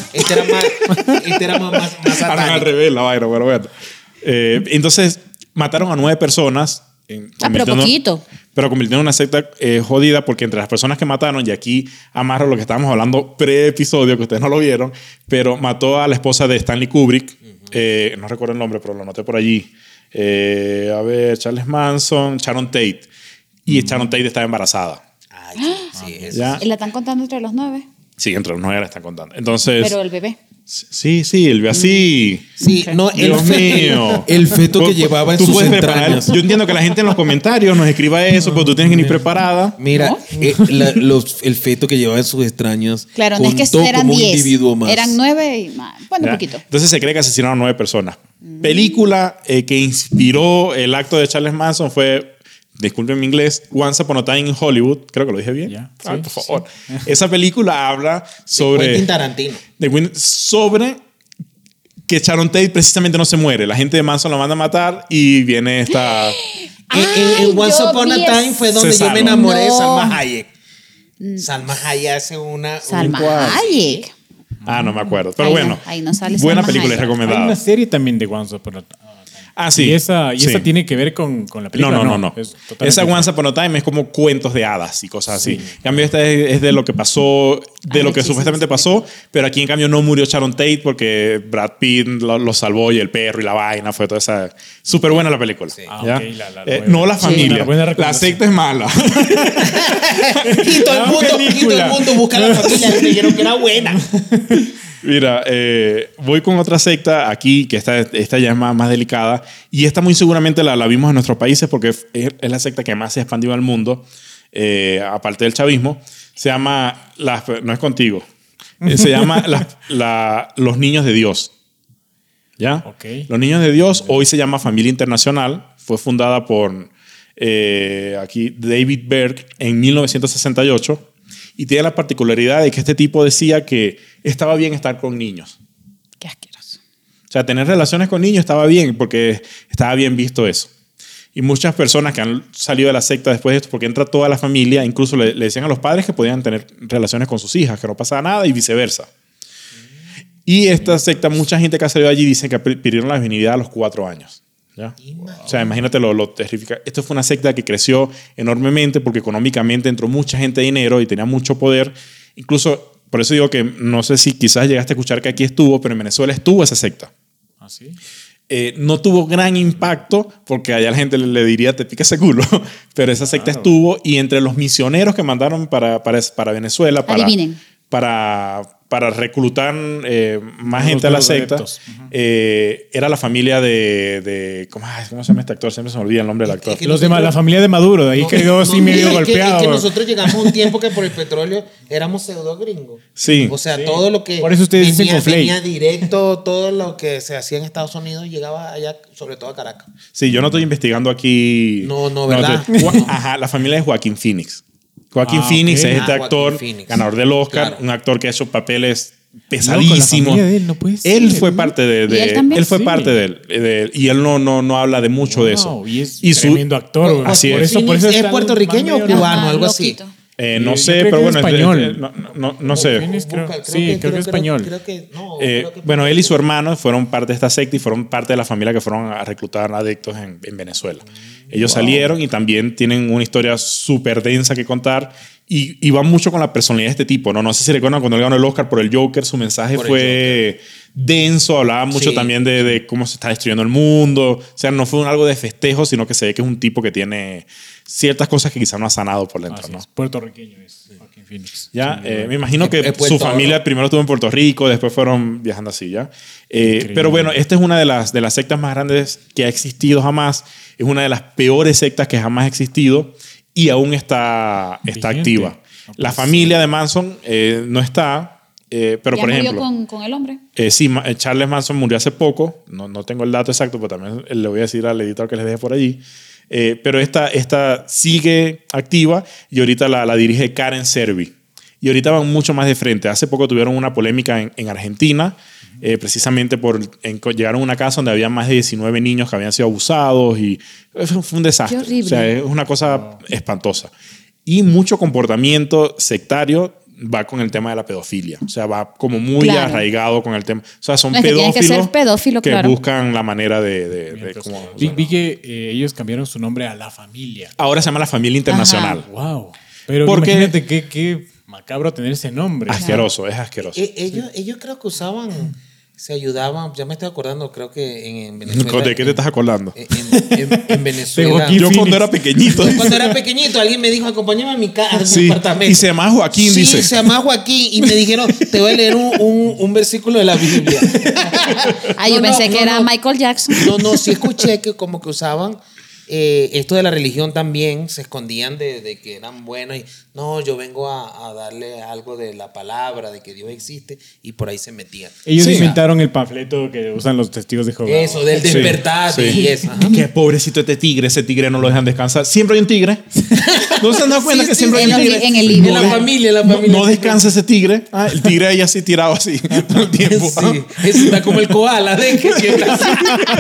Speaker 2: más
Speaker 3: Al
Speaker 2: satánico.
Speaker 3: revés la vaina, pero bueno. Entonces, mataron a 9 personas.
Speaker 4: Pero poquito.
Speaker 3: Pero convirtieron en una secta jodida porque entre las personas que mataron, y aquí amarro lo que estábamos hablando pre-episodio, que ustedes no lo vieron, pero mató a la esposa de Stanley Kubrick. No recuerdo el nombre, pero lo anoté por allí. A ver, Charles Manson, Sharon Tate. Y Sharon Tate estaba embarazada.
Speaker 2: Ay, sí, eso.
Speaker 3: ¿Ya?
Speaker 4: Y la están contando entre los 9.
Speaker 3: Sí, entre los 9 la están contando. Entonces...
Speaker 4: Pero el bebé.
Speaker 3: Sí, él ve así.
Speaker 2: Sí, no,
Speaker 3: Dios mío.
Speaker 2: El feto que
Speaker 3: Tú-
Speaker 2: llevaba en
Speaker 3: tú
Speaker 2: sus
Speaker 3: puedes preparar-
Speaker 2: entrañas.
Speaker 3: Yo entiendo que la gente en los comentarios nos escriba eso, pero tú tienes que ir preparada.
Speaker 2: Mira, el feto que llevaba en sus extrañas.
Speaker 4: Claro, no es que
Speaker 2: contó
Speaker 4: eran
Speaker 2: como un
Speaker 4: 10.
Speaker 2: individuo más.
Speaker 4: Eran 9 y más. Bueno,
Speaker 3: ¿Ya?
Speaker 4: un poquito.
Speaker 3: Entonces se cree que asesinaron a 9 personas. Película que inspiró el acto de Charles Manson fue, disculpen mi inglés, Once Upon a Time in Hollywood. Creo que lo dije bien.
Speaker 1: Ya,
Speaker 3: Ay,
Speaker 1: sí,
Speaker 3: por favor. Esa película habla sobre...
Speaker 2: Quentin Tarantino.
Speaker 3: sobre que Sharon Tate precisamente no se muere. La gente de Manson la manda a matar y viene esta...
Speaker 2: En Once
Speaker 4: yo
Speaker 2: Upon a
Speaker 4: vi
Speaker 2: Time fue donde
Speaker 3: Se
Speaker 2: yo me
Speaker 3: salva.
Speaker 2: enamoré de
Speaker 4: No.
Speaker 2: Salma Hayek. Salma Hayek hace una...
Speaker 4: Salma
Speaker 2: un-
Speaker 4: Hayek.
Speaker 3: Ah, no me acuerdo. Pero
Speaker 4: Ahí no,
Speaker 3: bueno,
Speaker 4: ahí no sale
Speaker 3: buena
Speaker 4: Salma
Speaker 3: película y
Speaker 4: Hayek.
Speaker 1: Hay una
Speaker 3: recomendada.
Speaker 1: serie también de Once Upon a Time.
Speaker 3: Ah, sí.
Speaker 1: Y esa
Speaker 3: Sí.
Speaker 1: tiene que ver con la película.
Speaker 3: No.
Speaker 1: Es totalmente
Speaker 3: Esa Once
Speaker 1: diferente.
Speaker 3: Upon a Time es como cuentos de hadas y cosas así. En cambio, esta es de lo que pasó, de lo que
Speaker 4: sí,
Speaker 3: supuestamente
Speaker 4: sí,
Speaker 3: pasó, pero aquí en cambio no murió Sharon Tate porque Brad Pitt lo salvó y el perro y la vaina fue toda esa... Súper buena la película.
Speaker 1: Ah,
Speaker 3: ¿ya?
Speaker 1: ok, la
Speaker 3: No la
Speaker 1: Sí.
Speaker 3: familia.
Speaker 1: Buena
Speaker 3: La
Speaker 1: recomendación.
Speaker 3: secta es mala.
Speaker 2: Y todo,
Speaker 1: La
Speaker 2: y todo
Speaker 1: película.
Speaker 2: el mundo busca a la familia y me dijeron que era buena.
Speaker 3: Mira, voy con otra secta aquí, que esta ya es más delicada, y esta muy seguramente la vimos en nuestros países porque es la secta que más se ha expandido al mundo, aparte del chavismo. Se llama, no es contigo, se llama Los Niños de Dios. ¿Ya?
Speaker 1: Ok.
Speaker 3: Los Niños de Dios hoy se llama Familia Internacional. Fue fundada por aquí David Berg en 1968 y tiene la particularidad de que este tipo decía que estaba bien estar con niños.
Speaker 4: Qué asqueroso.
Speaker 3: O sea, tener relaciones con niños estaba bien porque estaba bien visto eso. Y muchas personas que han salido de la secta después de esto, porque entra toda la familia, incluso le decían a los padres que podían tener relaciones con sus hijas, que no pasaba nada y viceversa. Y esta secta, mucha gente que ha salido allí dicen que pidieron la virginidad a los 4 años. ¿Ya? O sea, imagínate lo terrífica. Esto fue una secta que creció enormemente porque económicamente entró mucha gente de dinero y tenía mucho poder. Incluso, por eso digo que no sé si quizás llegaste a escuchar que aquí estuvo, pero en Venezuela estuvo esa secta.
Speaker 1: ¿Ah, sí?
Speaker 3: No tuvo gran impacto porque allá la gente le diría te pica ese culo, pero esa secta estuvo y entre los misioneros que mandaron para Venezuela para reclutar más gente a la secta, era la familia de ¿cómo se llama este actor? Siempre se me olvida el nombre del actor.
Speaker 2: Es que
Speaker 1: Los demás, la familia de Maduro, de ahí quedó así medio golpeado.
Speaker 2: Es que nosotros llegamos a un tiempo que por el petróleo éramos pseudo gringos.
Speaker 3: Sí.
Speaker 2: O sea, todo lo que
Speaker 1: Por eso ustedes dicen conflate.
Speaker 2: venía directo, todo lo que se hacía en Estados Unidos llegaba allá, sobre todo a Caracas.
Speaker 3: Sí, yo no estoy investigando aquí.
Speaker 2: No, ¿verdad?
Speaker 3: Ajá, la familia de Joaquín Phoenix. Joaquín
Speaker 1: Ah,
Speaker 3: Phoenix
Speaker 1: ok.
Speaker 3: es este
Speaker 2: Joaquín
Speaker 3: actor,
Speaker 2: Phoenix.
Speaker 3: ganador del Oscar,
Speaker 2: Claro.
Speaker 3: un actor que ha hecho papeles
Speaker 1: Loco, la
Speaker 3: pesadísimos.
Speaker 1: familia de él, no puede ser,
Speaker 3: Él fue
Speaker 1: ¿no?
Speaker 3: parte de
Speaker 4: ¿Y él también?
Speaker 3: él fue
Speaker 1: Sí.
Speaker 3: parte de él, y él no habla de mucho de eso.
Speaker 1: Wow, y es
Speaker 3: Y su-
Speaker 1: tremendo actor. güey.
Speaker 3: Así
Speaker 1: Por
Speaker 3: es.
Speaker 1: eso
Speaker 2: ¿Es
Speaker 1: está
Speaker 2: puertorriqueño o
Speaker 1: más medio-
Speaker 2: cubano?
Speaker 4: Ajá,
Speaker 2: algo así.
Speaker 4: loquito.
Speaker 3: No
Speaker 1: Yo
Speaker 3: sé,
Speaker 1: creo
Speaker 3: pero
Speaker 1: que
Speaker 3: bueno,
Speaker 1: es español.
Speaker 3: no sé.
Speaker 1: Phoenix, creo que es español.
Speaker 2: Creo que no.
Speaker 3: Bueno, él y su hermano fueron parte de esta secta y fueron parte de la familia que fueron a reclutar adictos en Venezuela. Ellos salieron y también tienen una historia súper densa que contar y va mucho con la personalidad de este tipo. No sé si recuerdan cuando él ganó el Oscar por el Joker, su mensaje
Speaker 2: Por el
Speaker 3: fue denso, hablaba mucho
Speaker 2: Sí.
Speaker 3: también de cómo se está destruyendo el mundo. O sea, no fue algo de festejo, sino que se ve que es un tipo que tiene ciertas cosas que quizás no ha sanado por dentro.
Speaker 1: Así
Speaker 3: ¿no?
Speaker 1: es, puertorriqueño es Joaquín Phoenix.
Speaker 3: ¿Ya? Me imagino que
Speaker 2: He puesto
Speaker 3: su familia
Speaker 2: ahora.
Speaker 3: primero estuvo en Puerto Rico, después fueron viajando así, ¿ya? Pero bueno, esta es una de las sectas más grandes que ha existido jamás. Es una de las peores sectas que jamás ha existido y aún está
Speaker 1: Vigente.
Speaker 3: activa. La familia de Manson no está, pero
Speaker 4: ¿Ya
Speaker 3: por
Speaker 4: murió
Speaker 3: ejemplo...
Speaker 4: con el hombre?
Speaker 3: Sí, Charles Manson murió hace poco. No tengo el dato exacto, pero también le voy a decir al editor que les deje por allí. Pero esta sigue activa y ahorita la dirige Karen Servi. Y ahorita van mucho más de frente. Hace poco tuvieron una polémica en Argentina, precisamente llegaron a una casa donde había más de 19 niños que habían sido abusados y fue un desastre.
Speaker 4: Qué horrible.
Speaker 3: O sea, es una cosa espantosa. Y mucho comportamiento sectario va con el tema de la pedofilia. O sea, va como muy
Speaker 4: Claro.
Speaker 3: arraigado con el tema. O sea, son
Speaker 4: No, es que tienes que
Speaker 3: pedófilos
Speaker 4: ser pedófilo,
Speaker 3: que
Speaker 4: claro.
Speaker 3: buscan la manera de cómo... o sea,
Speaker 1: Vi que ellos cambiaron su nombre a La Familia.
Speaker 3: ahora se llama la Familia Internacional.
Speaker 1: Wow. Pero
Speaker 3: Porque-
Speaker 1: imagínate qué macabro tener ese nombre.
Speaker 3: Asqueroso, es asqueroso.
Speaker 2: Ellos creo que usaban, se ayudaban, ya me estoy acordando, creo que en Venezuela.
Speaker 3: ¿De qué te estás acordando?
Speaker 2: En Venezuela.
Speaker 1: Joaquín
Speaker 3: Yo cuando
Speaker 1: Phoenix.
Speaker 3: era pequeñito.
Speaker 2: Cuando era pequeñito, alguien me dijo, acompáñame a mi casa, a mi
Speaker 3: Sí,
Speaker 2: apartamento.
Speaker 3: y se llama Joaquín,
Speaker 2: Sí,
Speaker 3: dice.
Speaker 2: se llama Joaquín. Y me dijeron, te voy a leer un versículo de la Biblia.
Speaker 4: Ah, yo
Speaker 2: No,
Speaker 4: pensé
Speaker 2: no,
Speaker 4: que
Speaker 2: no,
Speaker 4: era
Speaker 2: no.
Speaker 4: Michael Jackson.
Speaker 2: No, sí escuché que como que usaban esto de la religión también, se escondían de que eran buenos y no, yo vengo a darle algo de la palabra, de que Dios existe y por ahí se metían.
Speaker 1: Ellos
Speaker 3: Sí.
Speaker 1: inventaron el panfleto que usan los testigos de Jehová.
Speaker 2: Eso, del
Speaker 3: Sí,
Speaker 2: despertar
Speaker 3: sí.
Speaker 2: y eso. ajá.
Speaker 3: Qué pobrecito este tigre, ese tigre no lo dejan descansar. Siempre hay un tigre. ¿No se han dado cuenta
Speaker 2: Sí,
Speaker 3: que
Speaker 2: sí,
Speaker 3: siempre
Speaker 2: sí,
Speaker 3: hay un
Speaker 4: en
Speaker 3: tigre?
Speaker 4: en el libro.
Speaker 2: En la familia,
Speaker 3: No descansa ese tigre. Ah, el tigre ahí así tirado así todo el tiempo.
Speaker 2: Sí, ese está como el koala, de que sienta así.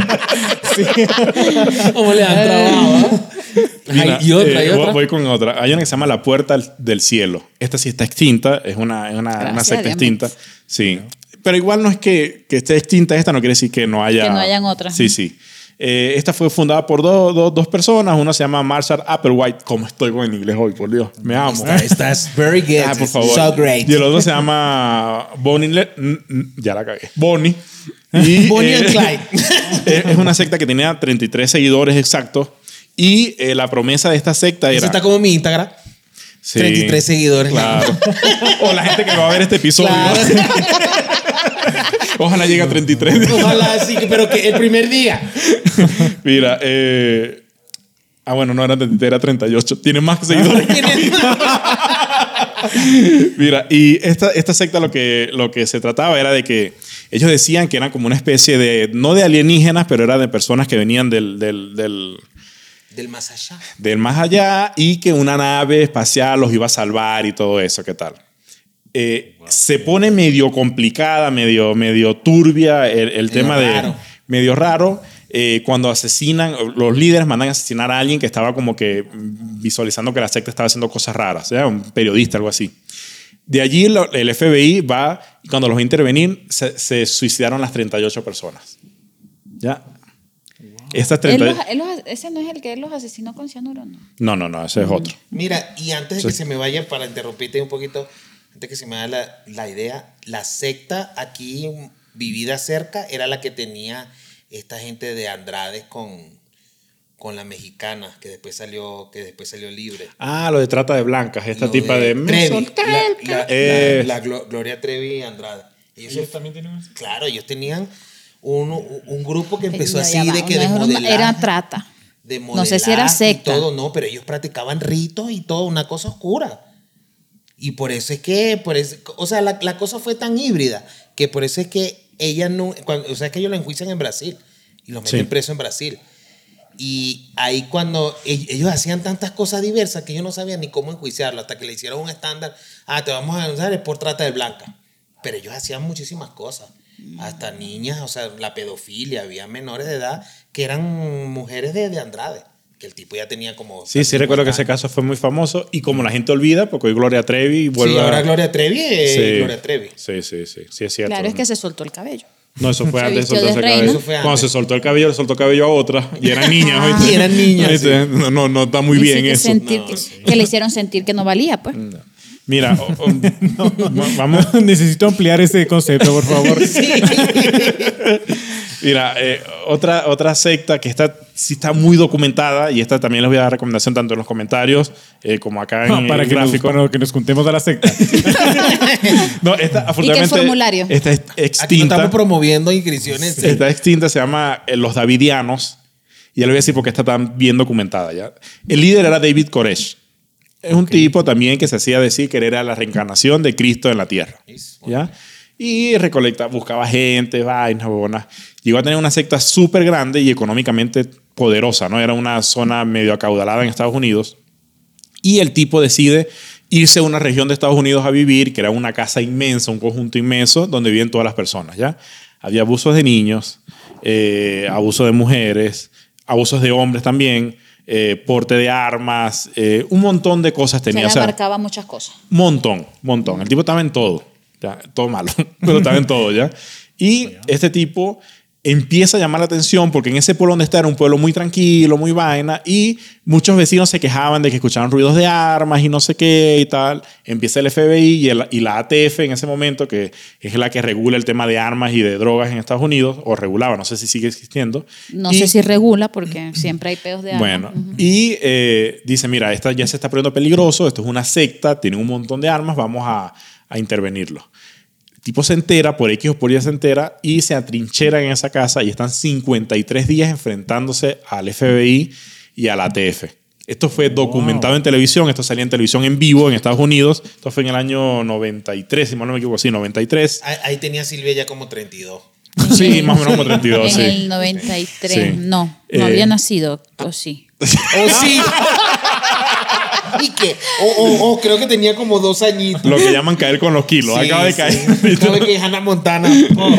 Speaker 2: ¿Cómo le han trabado?
Speaker 3: Mira,
Speaker 2: Y otra.
Speaker 3: Voy con otra. Hay una que se llama La Puerta del Cielo. Esta sí está extinta, es una
Speaker 4: Gracias
Speaker 3: secta
Speaker 4: a Dios.
Speaker 3: extinta. Sí. Pero igual no es que esté extinta esta, no quiere decir que no haya...
Speaker 4: Que no hayan otras.
Speaker 3: Sí, sí. Esta fue fundada por dos personas. Una se llama Marshall Applewhite. ¿Cómo estoy con el inglés hoy? Por Dios, me amo.
Speaker 2: Estás very good.
Speaker 3: Ah, por favor.
Speaker 2: So great.
Speaker 3: Y el otro se llama Bonnie. Ya la cagué. Bonnie. Y,
Speaker 2: Bonnie and Clyde.
Speaker 3: Es una secta que tenía 33 seguidores exactos. Y la promesa de esta secta
Speaker 2: Eso
Speaker 3: era.
Speaker 2: está como mi Instagram.
Speaker 3: Sí,
Speaker 2: 33 seguidores.
Speaker 3: Claro. O la gente que va a ver este episodio.
Speaker 2: Claro.
Speaker 3: Ojalá llegue a 33.
Speaker 2: Ojalá sí, pero que el primer día.
Speaker 3: Mira, bueno, no era 33, era 38. Tiene más seguidores. Mira, y esta secta lo que se trataba era de que ellos decían que eran como una especie de, no de alienígenas, pero era de personas que venían
Speaker 2: Del más allá.
Speaker 3: del más allá y que una nave espacial los iba a salvar y todo eso, ¿qué tal? Se pone medio complicada, medio turbia el tema
Speaker 2: raro.
Speaker 3: medio raro. Cuando asesinan, los líderes mandan a asesinar a alguien que estaba como que visualizando que la secta estaba haciendo cosas raras, ¿ya? Un periodista, algo así. De allí el FBI va y cuando los va a intervenir se suicidaron las 38 personas. ¿Ya? Estas 38...
Speaker 4: Ese no es el que él los asesinó con cianuro, ¿no?
Speaker 3: No, ese es otro.
Speaker 2: Mira, y antes de que se me vaya, para interrumpirte un poquito, antes que se me vaya la idea, la secta aquí vivida cerca era la que tenía esta gente de Andrade con la mexicana, que después salió libre.
Speaker 3: Ah, lo de trata de blancas, esta
Speaker 2: Lo
Speaker 3: tipa de...
Speaker 2: Trevi, la Gloria Trevi y Andrade. Ellos también tenían... Claro, ellos tenían un grupo que empezó así de que de modelaje.
Speaker 4: Era trata.
Speaker 2: De
Speaker 4: No sé si era secta.
Speaker 2: y todo, no, pero ellos practicaban ritos y todo, una cosa oscura. Y por eso es que, o sea, la cosa fue tan híbrida que por eso es que ella no, o sea, es que ellos la enjuician en Brasil y los meten preso en Brasil. Y ahí cuando ellos hacían tantas cosas diversas que yo no sabía ni cómo enjuiciarlo, hasta que le hicieron un estándar, te vamos a usar por trata de blanca. Pero ellos hacían muchísimas cosas, hasta niñas, o sea, la pedofilia, había menores de edad que eran mujeres de Andrade, que el tipo ya tenía como...
Speaker 3: Sí, recuerdo que ese caso fue muy famoso y como la gente olvida, porque hoy Gloria Trevi vuelve
Speaker 2: Sí, ahora Gloria Trevi es
Speaker 3: Sí.
Speaker 2: Gloria Trevi.
Speaker 3: Sí, es cierto.
Speaker 4: Claro, es que se soltó el cabello.
Speaker 3: No, eso fue
Speaker 4: Se
Speaker 3: antes de
Speaker 4: vistió
Speaker 3: soltarse
Speaker 4: de
Speaker 3: el
Speaker 4: reina.
Speaker 3: cabello.
Speaker 2: Eso fue
Speaker 3: Cuando
Speaker 2: antes.
Speaker 3: se soltó el cabello, le soltó el cabello a otra. Y eran niñas,
Speaker 2: Ah,
Speaker 3: ¿oíste?
Speaker 2: y eran niñas,
Speaker 3: ¿Oíste? No está muy bien
Speaker 4: Dice que
Speaker 3: eso.
Speaker 4: sentir que le hicieron sentir que no valía, pues.
Speaker 3: Mira, vamos.
Speaker 1: Necesito ampliar ese concepto, por favor.
Speaker 3: Mira, otra secta que sí está muy documentada, y esta también les voy a dar recomendación tanto en los comentarios como acá en
Speaker 1: Para
Speaker 3: el
Speaker 1: que
Speaker 3: gráfico.
Speaker 1: que nos juntemos a la secta.
Speaker 3: No, esta afortunadamente
Speaker 4: formulario?
Speaker 3: está
Speaker 2: Aquí no
Speaker 3: extinta.
Speaker 2: estamos promoviendo inscripciones.
Speaker 3: Está extinta, se llama Los Davidianos. Y ya le voy a decir por qué está tan bien documentada. ¿Ya? El líder era David Koresh. Es un tipo también que se hacía decir que era la reencarnación de Cristo en la tierra. ¿Ya? Y buscaba gente, vainas, bonas. Llegó a tener una secta súper grande y económicamente poderosa, ¿no? Era una zona medio acaudalada en Estados Unidos. Y el tipo decide irse a una región de Estados Unidos a vivir, que era una casa inmensa, un conjunto inmenso, donde viven todas las personas, ¿ya? Había abusos de niños, abuso de mujeres, abusos de hombres también, porte de armas, un montón de cosas tenía.
Speaker 4: Se le abarcaba muchas cosas.
Speaker 3: Montón. El tipo estaba en todo. Ya, todo malo, pero estaba en todo, ¿ya? Y este tipo empieza a llamar la atención porque en ese pueblo donde está era un pueblo muy tranquilo, muy vaina, y muchos vecinos se quejaban de que escuchaban ruidos de armas y no sé qué y tal. Empieza el FBI y la ATF en ese momento, que es la que regula el tema de armas y de drogas en Estados Unidos, o regulaba, no sé si sigue existiendo.
Speaker 4: No sé si regula porque siempre hay pedos de armas.
Speaker 3: Bueno, y dice, mira, esta ya se está poniendo peligroso, esto es una secta, tiene un montón de armas, vamos a intervenirlo. El tipo se entera, por X o por Y se entera, y se atrinchera en esa casa y están 53 días enfrentándose al FBI y a la ATF. Esto fue documentado en televisión, esto salía en televisión en vivo en Estados Unidos, esto fue en el año 93, si mal no me equivoco, sí, 93.
Speaker 2: Ahí tenía Silvia ya como 32.
Speaker 3: Sí, más o menos como 32, sí.
Speaker 4: En el 93,
Speaker 3: Sí.
Speaker 4: no había nacido, o sí.
Speaker 2: ¡Oh, sí! ¿Y qué? Creo que tenía como 2 añitos.
Speaker 3: Lo que llaman caer con los kilos,
Speaker 2: Sí,
Speaker 3: acaba de
Speaker 2: sí.
Speaker 3: caer.
Speaker 2: Acaba de que Hannah Montana.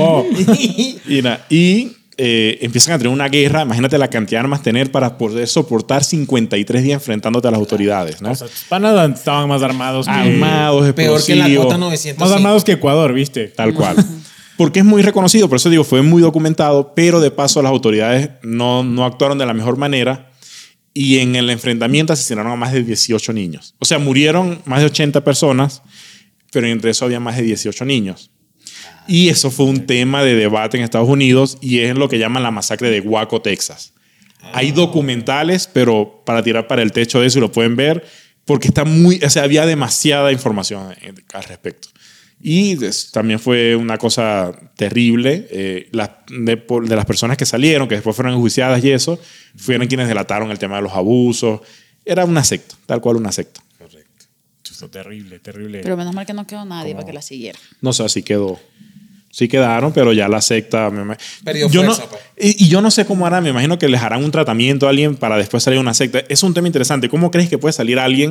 Speaker 3: Y empiezan a tener una guerra. Imagínate la cantidad de armas tener para poder soportar 53 días enfrentándote a las autoridades, ¿no?
Speaker 1: O sea, tus panas estaban más armados que...
Speaker 3: Armados,
Speaker 2: Peor que la
Speaker 3: explosivos,
Speaker 2: Cota 905.
Speaker 1: Más armados que Ecuador, ¿viste?
Speaker 3: tal cual. Porque es muy reconocido, por eso digo, fue muy documentado, pero de paso las autoridades no actuaron de la mejor manera y en el enfrentamiento asesinaron a más de 18 niños. O sea, murieron más de 80 personas, pero entre eso había más de 18 niños. Y eso fue un tema de debate en Estados Unidos y es lo que llaman la masacre de Waco, Texas. Hay documentales, pero para tirar para el techo de eso y lo pueden ver, porque había demasiada información al respecto. Y también fue una cosa terrible. De las personas que salieron, que después fueron enjuiciadas y eso, fueron quienes delataron el tema de los abusos. Era una secta, tal cual una secta.
Speaker 2: Correcto.
Speaker 1: Eso, terrible, terrible.
Speaker 4: Pero menos mal que no quedó nadie para que la siguiera.
Speaker 3: No sé, así quedó. Sí quedaron, pero ya la secta...
Speaker 2: Perdió
Speaker 3: yo
Speaker 2: fuerza,
Speaker 3: no,
Speaker 2: pues.
Speaker 3: y yo no sé cómo harán, me imagino que les harán un tratamiento a alguien para después salir una secta. Es un tema interesante. ¿Cómo crees que puede salir alguien?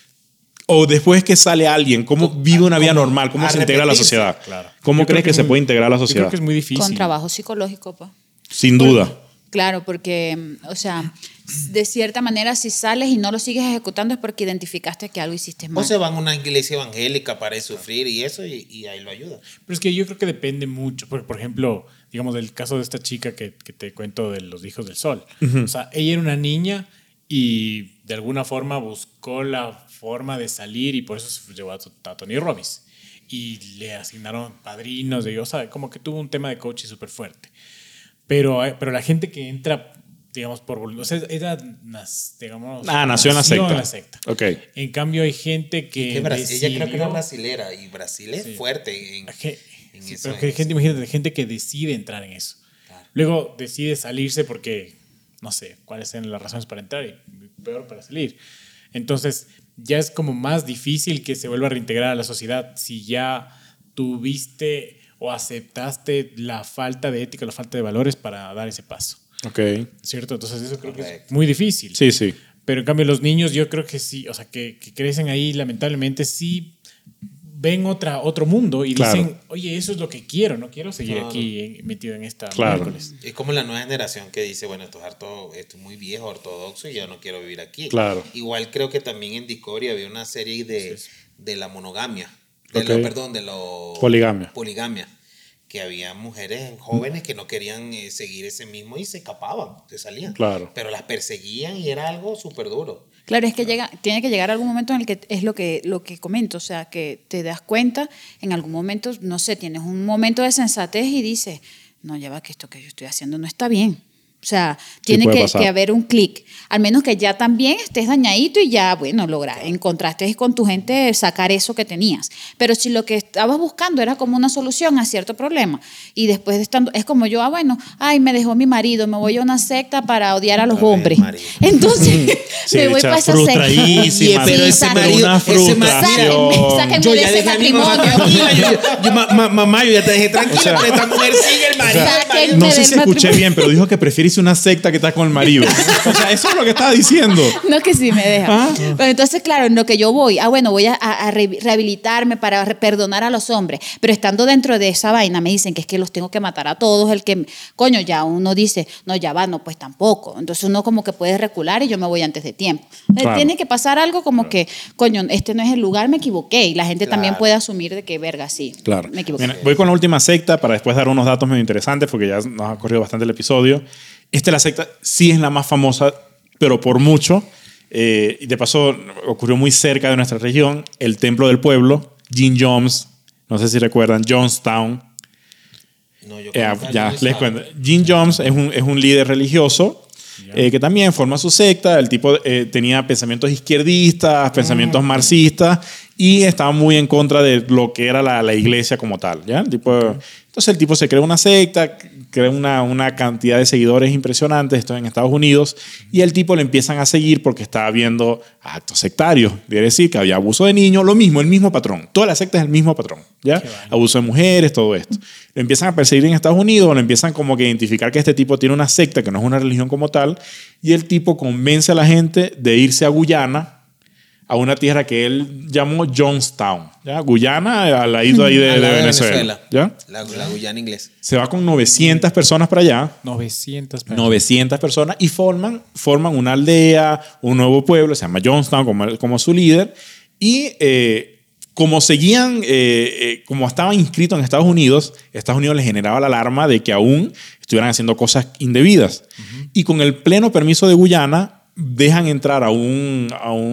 Speaker 3: O después que sale alguien, ¿cómo vive una vida normal? ¿Cómo se integra a la
Speaker 2: arrepentirse.
Speaker 3: sociedad?
Speaker 1: Claro.
Speaker 3: ¿Cómo
Speaker 1: Yo creo
Speaker 3: crees que
Speaker 1: es
Speaker 3: se
Speaker 1: muy-
Speaker 3: puede integrar a la
Speaker 1: Yo creo
Speaker 3: sociedad?
Speaker 1: que es muy difícil.
Speaker 4: Con trabajo psicológico, pues.
Speaker 3: Sin duda.
Speaker 4: Claro, porque, o sea, de cierta manera, si sales y no lo sigues ejecutando es porque identificaste que algo hiciste mal.
Speaker 2: O se van a una iglesia evangélica para sufrir y eso, y ahí lo ayuda.
Speaker 1: Pero es que yo creo que depende mucho. Por ejemplo, digamos, del caso de esta chica que te cuento de los Hijos del Sol. O sea, ella era una niña y de alguna forma buscó la forma de salir y por eso se llevó a Tony Robbins. Y le asignaron padrinos, o sea, como que tuvo un tema de coaching súper fuerte. Pero la gente que entra, digamos, por voluntad, o sea, ella, digamos,
Speaker 3: Nació en la secta. Ok.
Speaker 1: En cambio, hay gente que
Speaker 2: Ella creo que era
Speaker 1: decidió-
Speaker 2: brasilera y Brasil es
Speaker 1: Sí.
Speaker 2: fuerte en
Speaker 1: Sí,
Speaker 2: eso.
Speaker 1: pero que hay gente, imagínate, gente que decide entrar en eso.
Speaker 2: Claro.
Speaker 1: Luego decide salirse porque no sé cuáles sean las razones para entrar y peor para salir. Entonces, ya es como más difícil que se vuelva a reintegrar a la sociedad si ya tuviste o aceptaste la falta de ética, la falta de valores para dar ese paso.
Speaker 3: Ok.
Speaker 1: ¿Cierto? Entonces, eso creo que es
Speaker 2: Correcto.
Speaker 1: muy difícil.
Speaker 3: Sí, sí.
Speaker 1: Pero en cambio los niños yo creo que sí, o sea, que crecen ahí lamentablemente sí ven otro mundo y
Speaker 3: Claro.
Speaker 1: dicen, oye, eso es lo que quiero, no quiero seguir
Speaker 2: Claro.
Speaker 1: aquí metido en esta
Speaker 3: Claro.
Speaker 1: miércoles.
Speaker 2: Es como la nueva generación que dice, bueno, esto es muy viejo, ortodoxo y ya no quiero vivir aquí.
Speaker 3: Claro.
Speaker 2: Igual creo que también en Discovery había una serie de la monogamia.
Speaker 3: Ok.
Speaker 2: De lo
Speaker 3: Poligamia.
Speaker 2: Poligamia. Que había mujeres jóvenes que no querían seguir ese mismo y se escapaban, se salían.
Speaker 3: Claro.
Speaker 2: Pero las perseguían y era algo súper duro.
Speaker 4: Claro, es que tiene que llegar algún momento en el que es lo que comento, o sea, que te das cuenta, en algún momento, no sé, tienes un momento de sensatez y dices, no, ya va, que esto que yo estoy haciendo no está bien. O sea, tiene
Speaker 3: puede
Speaker 4: que
Speaker 3: pasar.
Speaker 4: haber un clic. Al menos que ya también estés dañadito y ya, bueno, encontraste con tu gente sacar eso que tenías. Pero si lo que estabas buscando era como una solución a cierto problema y después de estando, es como yo, me dejó mi marido, me voy a una secta para odiar a los
Speaker 2: Otra vez,
Speaker 4: hombres.
Speaker 2: marido.
Speaker 4: Entonces,
Speaker 3: Sí,
Speaker 4: me voy
Speaker 3: echa
Speaker 4: para esa secta.
Speaker 3: frustradísima,
Speaker 2: Oye, pero
Speaker 4: Sí,
Speaker 2: ese
Speaker 4: sáquenme-
Speaker 2: marido-
Speaker 3: una
Speaker 2: ese
Speaker 3: frustración.
Speaker 4: sáquenme
Speaker 2: Yo
Speaker 4: de
Speaker 2: ya
Speaker 4: ese
Speaker 2: dejé a mi mamá
Speaker 4: matrimonio.
Speaker 2: tranquila. Mamá, yo ya te dejé tranquila,
Speaker 3: O sea,
Speaker 2: pero esta mujer sigue el marido.
Speaker 4: sáquenme
Speaker 3: No sé
Speaker 4: del
Speaker 3: si escuché
Speaker 4: matrimonio.
Speaker 3: bien, pero dijo que prefiere irse a una secta que estar con el marido. O sea, eso es lo que estaba diciendo.
Speaker 4: No, que sí me deja.
Speaker 3: Ah.
Speaker 4: Pero entonces, claro, en lo que yo voy, voy a rehabilitarme para perdonar a los hombres. Pero estando dentro de esa vaina, me dicen que es que los tengo que matar a todos. Coño, ya uno dice, no, ya va, no, pues tampoco. Entonces uno como que puede recular y yo me voy antes de tiempo.
Speaker 3: Claro.
Speaker 4: Tiene que pasar algo como que, coño, este no es el lugar, me equivoqué. Y la gente también
Speaker 2: Claro.
Speaker 4: puede asumir de que, verga, sí,
Speaker 3: Claro.
Speaker 4: me equivoqué.
Speaker 3: Mira, voy con la última secta para después dar unos datos medio interesantes porque ya nos ha corrido bastante el episodio. La secta sí es la más famosa, pero por mucho. Y de paso ocurrió muy cerca de nuestra región, el Templo del Pueblo, Jim Jones, no sé si recuerdan, Jonestown.
Speaker 2: No, yo
Speaker 3: Ya,
Speaker 2: conozco a
Speaker 3: ya,
Speaker 2: Luis
Speaker 3: les
Speaker 2: Sá.
Speaker 3: cuento. Jim Jones es un líder religioso que también forma su secta. El tipo tenía pensamientos izquierdistas, pensamientos marxistas y estaba muy en contra de lo que era la iglesia como tal. ¿Ya? Entonces el tipo se crea una secta, crea una cantidad de seguidores impresionantes, esto en Estados Unidos, y el tipo le empiezan a seguir porque estaba viendo actos sectarios. Quiere decir que había abuso de niños, lo mismo, el mismo patrón. Toda la secta es el mismo patrón. ¿Ya? Abuso de mujeres, todo esto. Lo empiezan a perseguir en Estados Unidos, lo empiezan como que a identificar que este tipo tiene una secta, que no es una religión como tal, y el tipo convence a la gente de irse a Guyana, a una tierra que él llamó Jonestown, ¿ya? Guyana, al ladito ahí
Speaker 2: Al
Speaker 3: de
Speaker 2: lado
Speaker 3: Venezuela. ¿Ya?
Speaker 2: La Guyana inglés.
Speaker 3: Se va con 900 personas para allá,
Speaker 1: 900 personas.
Speaker 3: 900 personas, y forman una aldea, un nuevo pueblo, se llama Jonestown como su líder, y como seguían, como estaban inscritos en Estados Unidos les generaba la alarma de que aún estuvieran haciendo cosas indebidas. Y con el pleno permiso de Guyana, dejan entrar a un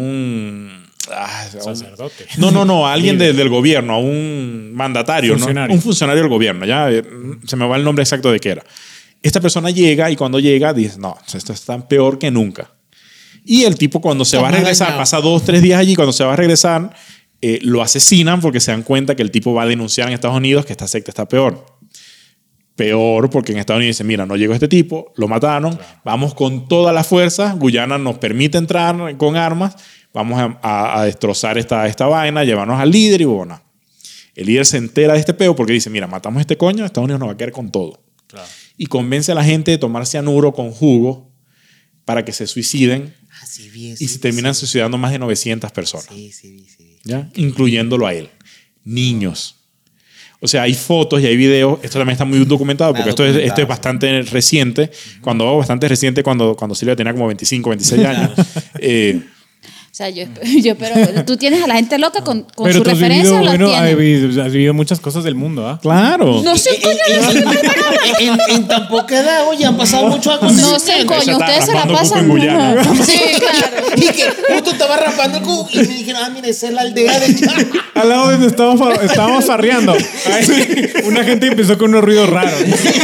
Speaker 1: Sacerdote.
Speaker 3: No, a alguien del gobierno, a un mandatario,
Speaker 1: Funcionario.
Speaker 3: ¿no? Un funcionario del gobierno, ya se me va el nombre exacto de qué era. Esta persona llega y cuando llega dice, no, esto está peor que nunca. Y el tipo cuando se va a regresar, pasa 2-3 días allí, cuando se va a regresar, lo asesinan porque se dan cuenta que el tipo va a denunciar en Estados Unidos que esta secta está peor. Peor porque en Estados Unidos dicen, mira, no llegó este tipo, lo mataron, vamos con toda la fuerza, Guyana nos permite entrar con armas, vamos a destrozar esta vaina, llevarnos al líder y bueno. El líder se entera de este peo porque dice, mira, matamos a este coño, Estados Unidos nos va a quedar con todo.
Speaker 1: Claro.
Speaker 3: Y convence a la gente de tomar cianuro con jugo para que se suiciden
Speaker 2: Sí, bien,
Speaker 3: y se terminan suicidando más de 900 personas,
Speaker 2: Sí.
Speaker 3: ¿ya? Incluyéndolo a él. Niños. O sea, hay fotos y hay videos. Esto también está muy documentado porque esto es bastante reciente. Cuando Silvia tenía como 25, 26 años.
Speaker 4: O sea, yo espero, tú tienes a la gente loca con
Speaker 1: Pero
Speaker 4: su
Speaker 1: tú has
Speaker 4: referencia,
Speaker 1: vivido,
Speaker 4: los tienes.
Speaker 1: has vivido muchas cosas del mundo, ¿ah?
Speaker 3: Claro.
Speaker 4: No sé, coño,
Speaker 2: En tan poca edad, oye, han pasado muchos
Speaker 4: no
Speaker 2: acontecimientos.
Speaker 4: sé, coño,
Speaker 3: Esa
Speaker 4: ustedes
Speaker 3: está
Speaker 4: se la
Speaker 3: rapando
Speaker 4: pasan.
Speaker 3: cuco en Guyana.
Speaker 4: Sí, claro.
Speaker 2: Y que justo estaba raspando el cubo y me dijeron, mira, esa es la aldea de Chávez.
Speaker 1: Al lado donde estábamos farreando. Una gente empezó con unos ruidos raros.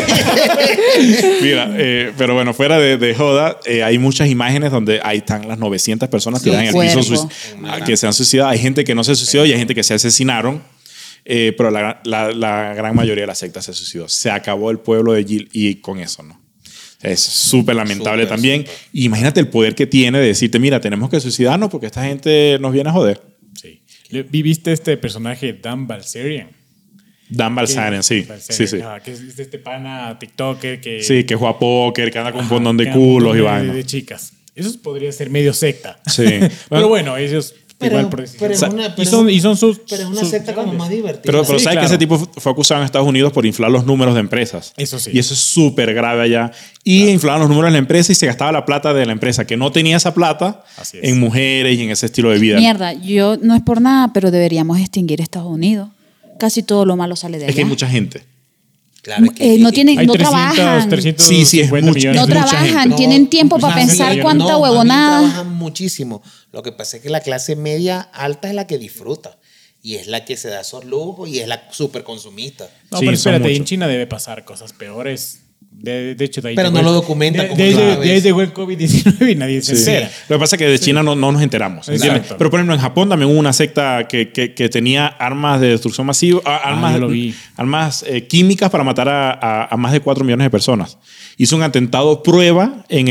Speaker 3: Mira, pero bueno, fuera de joda, hay muchas imágenes donde ahí están las 900 personas tiradas en el piso
Speaker 4: cuerpo.
Speaker 3: que se han suicidado. Hay gente que no se suicidó y hay gente que se asesinaron. Pero la gran mayoría de la secta se suicidó. Se acabó el pueblo de Gil y con eso, ¿no? Es súper lamentable también.
Speaker 2: Súper.
Speaker 3: Imagínate el poder que tiene de decirte, mira, tenemos que suicidarnos porque esta gente nos viene a joder.
Speaker 1: Sí. ¿Viviste este personaje, Dan Balserian?
Speaker 3: Dan Balsarian, sí.
Speaker 1: Balserian, que es este pana TikToker que...
Speaker 3: Sí, que juega póker, que anda con un montón
Speaker 1: que
Speaker 3: de
Speaker 1: anda un
Speaker 3: culos y
Speaker 1: montón de
Speaker 3: vainas.
Speaker 1: chicas. Eso podría ser medio secta.
Speaker 3: Sí.
Speaker 1: Pero bueno, ellos igual por decisión. Y son sus...
Speaker 2: Pero es una
Speaker 1: sus
Speaker 2: secta como
Speaker 1: grandes.
Speaker 2: más divertida.
Speaker 3: Pero
Speaker 1: Sí,
Speaker 3: ¿sabes
Speaker 1: claro.
Speaker 3: que ese tipo fue acusado en Estados Unidos por inflar los números de empresas?
Speaker 1: Eso sí.
Speaker 3: Y eso es súper grave allá. Y inflaban los números de la empresa y se gastaba la plata de la empresa, que no tenía esa plata
Speaker 1: Así es.
Speaker 3: en mujeres y en ese estilo de vida.
Speaker 4: Mierda, yo no es por nada, pero deberíamos extinguir Estados Unidos. Casi todo lo malo sale de allá.
Speaker 3: Es que hay mucha gente.
Speaker 2: Claro, es que,
Speaker 4: no tienen,
Speaker 1: Hay
Speaker 4: no
Speaker 1: 300,
Speaker 4: trabajan.
Speaker 1: 350
Speaker 3: Sí, sí, es mucho.
Speaker 1: millones.
Speaker 4: No
Speaker 3: mucha
Speaker 4: trabajan,
Speaker 3: gente.
Speaker 4: tienen tiempo para
Speaker 1: más
Speaker 4: pensar
Speaker 1: bien,
Speaker 4: cuánta
Speaker 2: más bien
Speaker 4: huevonada.
Speaker 2: trabajan muchísimo. Lo que pasa es que la clase media alta es la que disfruta. Y es la que se da esos lujos y es la súper consumista.
Speaker 1: No,
Speaker 3: Sí,
Speaker 1: pero
Speaker 3: son
Speaker 1: espérate, en
Speaker 3: muchos.
Speaker 1: China debe pasar cosas peores. De hecho, de ahí
Speaker 2: Pero
Speaker 1: llegó
Speaker 2: no lo
Speaker 1: el-
Speaker 2: documentan como
Speaker 1: de
Speaker 2: tú
Speaker 1: ahí
Speaker 2: sabes.
Speaker 1: llegó el COVID-19 y nadie se
Speaker 3: Sí.
Speaker 1: entera.
Speaker 3: Lo que pasa es que de China no nos enteramos. ¿entiendes?
Speaker 1: Exacto.
Speaker 3: Pero por ejemplo, en Japón también hubo una secta que tenía armas de destrucción masiva,
Speaker 1: yo lo vi.
Speaker 3: armas químicas para matar a más de 4 millones de personas. Hizo un atentado prueba en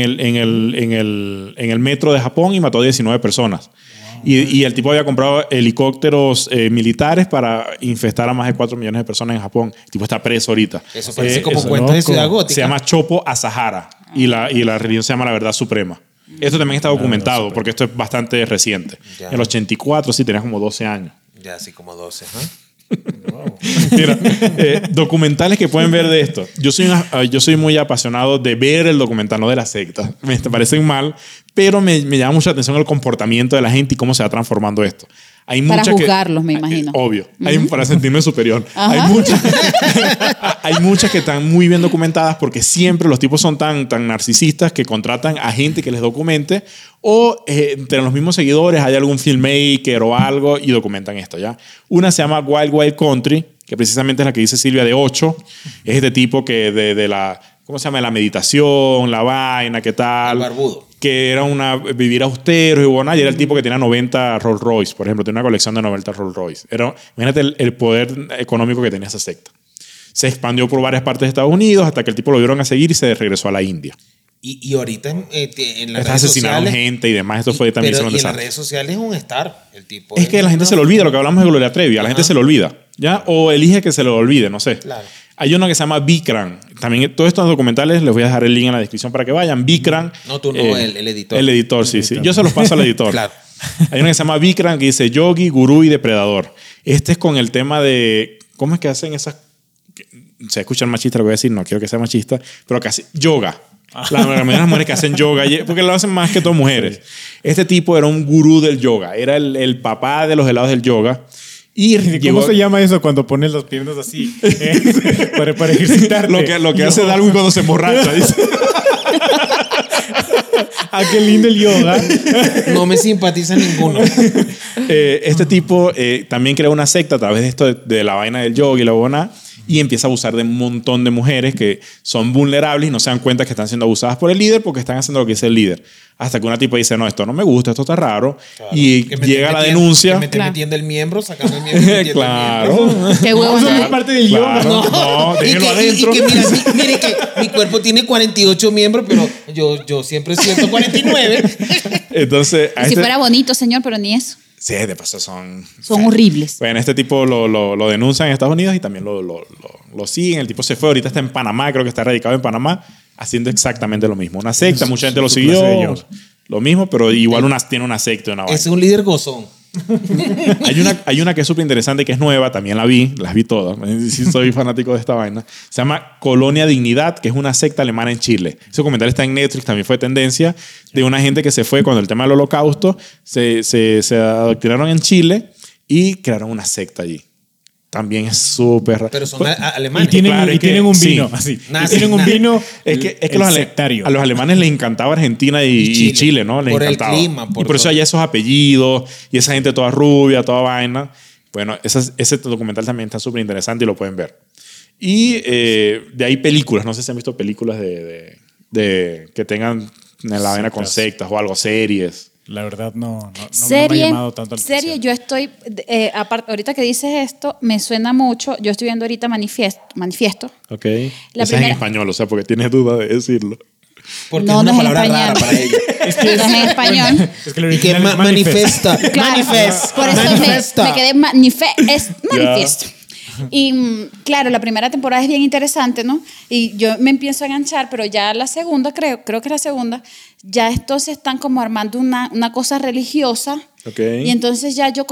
Speaker 3: el metro de Japón y mató a 19 personas. Y el tipo había comprado helicópteros militares para infestar a más de 4 millones de personas en Japón. El tipo está preso ahorita.
Speaker 2: Eso parece como
Speaker 1: eso,
Speaker 2: cuentos de
Speaker 1: loco.
Speaker 2: Ciudad Gótica.
Speaker 3: Se llama Chopo Asahara y la religión se llama la Verdad Suprema. Esto también está documentado porque esto es bastante reciente.
Speaker 2: Ya.
Speaker 3: En el 84, sí, tenías como 12 años.
Speaker 2: Ya así como 12,
Speaker 3: Mira, documentales que pueden ver de esto. Yo soy muy apasionado de ver el documental, no de la secta. Me parecen mal, pero me llama mucha atención el comportamiento de la gente y cómo se va transformando esto. Hay
Speaker 4: Para
Speaker 3: muchas
Speaker 4: juzgarlos, me imagino.
Speaker 3: Obvio. Para sentirme superior. Hay muchas que están muy bien documentadas porque siempre los tipos son tan narcisistas que contratan a gente que les documente o entre los mismos seguidores hay algún filmmaker o algo y documentan esto, ¿ya? Una se llama Wild Wild Country, que precisamente es la que dice Silvia de 8. Es este tipo que de la... ¿Cómo se llama? La meditación, la vaina, ¿qué tal?
Speaker 2: El barbudo.
Speaker 3: Que era vivir austero y bueno, y era el tipo que tenía 90 Rolls Royce, por ejemplo, tenía una colección de 90 Rolls Royce. Imagínate el poder económico que tenía esa secta. Se expandió por varias partes de Estados Unidos hasta que el tipo lo vieron a seguir y se regresó a la India.
Speaker 2: Y ahorita en las
Speaker 3: Está
Speaker 2: redes
Speaker 3: asesinaron
Speaker 2: sociales...
Speaker 3: gente y demás. Esto fue también
Speaker 2: Pero,
Speaker 3: un
Speaker 2: y en las
Speaker 3: desastre.
Speaker 2: redes sociales es un star, el tipo.
Speaker 3: Es que la gente se lo olvida, lo que hablamos de Gloria Trevi, a la gente se le olvida, ¿ya? O elige que se lo olvide, no sé.
Speaker 2: Claro.
Speaker 3: Hay uno que se llama Bikram. También todos estos documentales, les voy a dejar el link en la descripción para que vayan. Bikram.
Speaker 2: No, tú no, el editor.
Speaker 3: El editor, sí. Yo se los paso al editor.
Speaker 2: Claro.
Speaker 3: Hay uno que se llama Bikram que dice yogi, gurú y depredador. Este es con el tema de cómo es que hacen esas... Se escucha machista lo que voy a decir, no quiero que sea machista, pero casi yoga. La mayoría de las mujeres que hacen yoga, porque lo hacen más que todo mujeres. Este tipo era un gurú del yoga, era el papá de los helados del yoga. Y
Speaker 1: ¿Cómo
Speaker 3: llegó-
Speaker 1: se llama eso cuando pones las piernas así? Para ejercitarte.
Speaker 3: lo que hace Darwin cuando se emborracha, dice.
Speaker 1: Ah, qué lindo el yoga.
Speaker 2: No me simpatiza ninguno.
Speaker 3: Este tipo también creó una secta a través de esto de la vaina del yoga y la buena. y empieza a abusar de un montón de mujeres que son vulnerables y no se dan cuenta que están siendo abusadas por el líder porque están haciendo lo que dice el líder. Hasta que una tipa dice, no, esto no me gusta, esto está raro.
Speaker 2: Claro.
Speaker 3: Y
Speaker 2: Que me
Speaker 3: llega la
Speaker 2: esté
Speaker 3: denuncia.
Speaker 2: Que me esté
Speaker 4: Claro.
Speaker 2: metiendo el miembro, sacando el miembro. y metiendo
Speaker 3: Claro.
Speaker 2: el miembro.
Speaker 4: Qué huevos.
Speaker 1: Eso no es parte del guión.
Speaker 3: Claro. No,
Speaker 2: Y
Speaker 3: déjelo
Speaker 2: que,
Speaker 3: adentro.
Speaker 2: y que mira, mire que mi cuerpo tiene 48 miembros, pero yo siempre siento 49.
Speaker 3: Entonces, a
Speaker 4: Si
Speaker 3: este-
Speaker 4: fuera bonito, señor, pero ni eso.
Speaker 3: Sí, de paso son
Speaker 4: Horribles.
Speaker 3: Bueno, este tipo lo denuncian en Estados Unidos y también lo siguen. El tipo se fue, ahorita está en Panamá, creo que está radicado en Panamá, haciendo exactamente lo mismo. Una secta, mucha gente lo
Speaker 1: su clase de
Speaker 3: siguió.
Speaker 1: ellos.
Speaker 3: Lo mismo, pero igual tiene una secta, una vaina.
Speaker 2: Es un líder gozón.
Speaker 3: Hay una que es súper interesante, que es nueva, también las vi todas. Sí, soy fanático de esta vaina. Se llama Colonia Dignidad, que es una secta alemana en Chile. Ese documental está en Netflix, también fue tendencia, de una gente que se fue cuando el tema del holocausto, se adoctrinaron en Chile y crearon una secta allí. También es súper raro.
Speaker 2: Pero son
Speaker 1: Y
Speaker 2: alemanes.
Speaker 1: tienen,
Speaker 3: claro,
Speaker 1: y
Speaker 3: es que-
Speaker 1: tienen un
Speaker 3: sí.
Speaker 1: vino, así.
Speaker 2: Nazi,
Speaker 1: Y tienen un
Speaker 2: nazi.
Speaker 1: vino.
Speaker 3: Es que
Speaker 1: el
Speaker 3: los
Speaker 1: sectario.
Speaker 3: a los alemanes les encantaba Argentina y Chile, ¿no? Les
Speaker 2: Por el
Speaker 3: encantaba.
Speaker 2: clima, por
Speaker 3: y por eso
Speaker 2: todo.
Speaker 3: hay esos apellidos y esa gente toda rubia, toda vaina. Bueno, ese documental también está súper interesante y lo pueden ver. Y de ahí películas. No sé si han visto películas de que tengan la vaina con sectas o algo, series.
Speaker 1: La verdad no me ha
Speaker 4: Serie,
Speaker 1: llamado tanto la atención.
Speaker 4: yo estoy, aparte, ahorita que dices esto, me suena mucho, yo estoy viendo ahorita Manifiesto.
Speaker 3: Ok.
Speaker 4: La
Speaker 3: Esa es en
Speaker 4: primera-
Speaker 3: español, o sea, porque tienes duda de decirlo.
Speaker 2: Porque
Speaker 4: No,
Speaker 2: es una
Speaker 4: no es
Speaker 2: palabra
Speaker 4: español.
Speaker 2: rara para ella.
Speaker 1: Es que
Speaker 4: No es en español.
Speaker 1: Es que el
Speaker 2: Y que
Speaker 1: original es
Speaker 2: manifesta.
Speaker 4: Claro,
Speaker 2: Manifest.
Speaker 4: por eso
Speaker 2: Manifesta.
Speaker 4: me quedé es manifiesto. Y claro, la primera temporada es bien interesante, ¿no? Y yo me empiezo a enganchar, pero ya la segunda, creo que la segunda, ya entonces están como armando una cosa religiosa.
Speaker 3: Ok.
Speaker 4: Y entonces ya yo,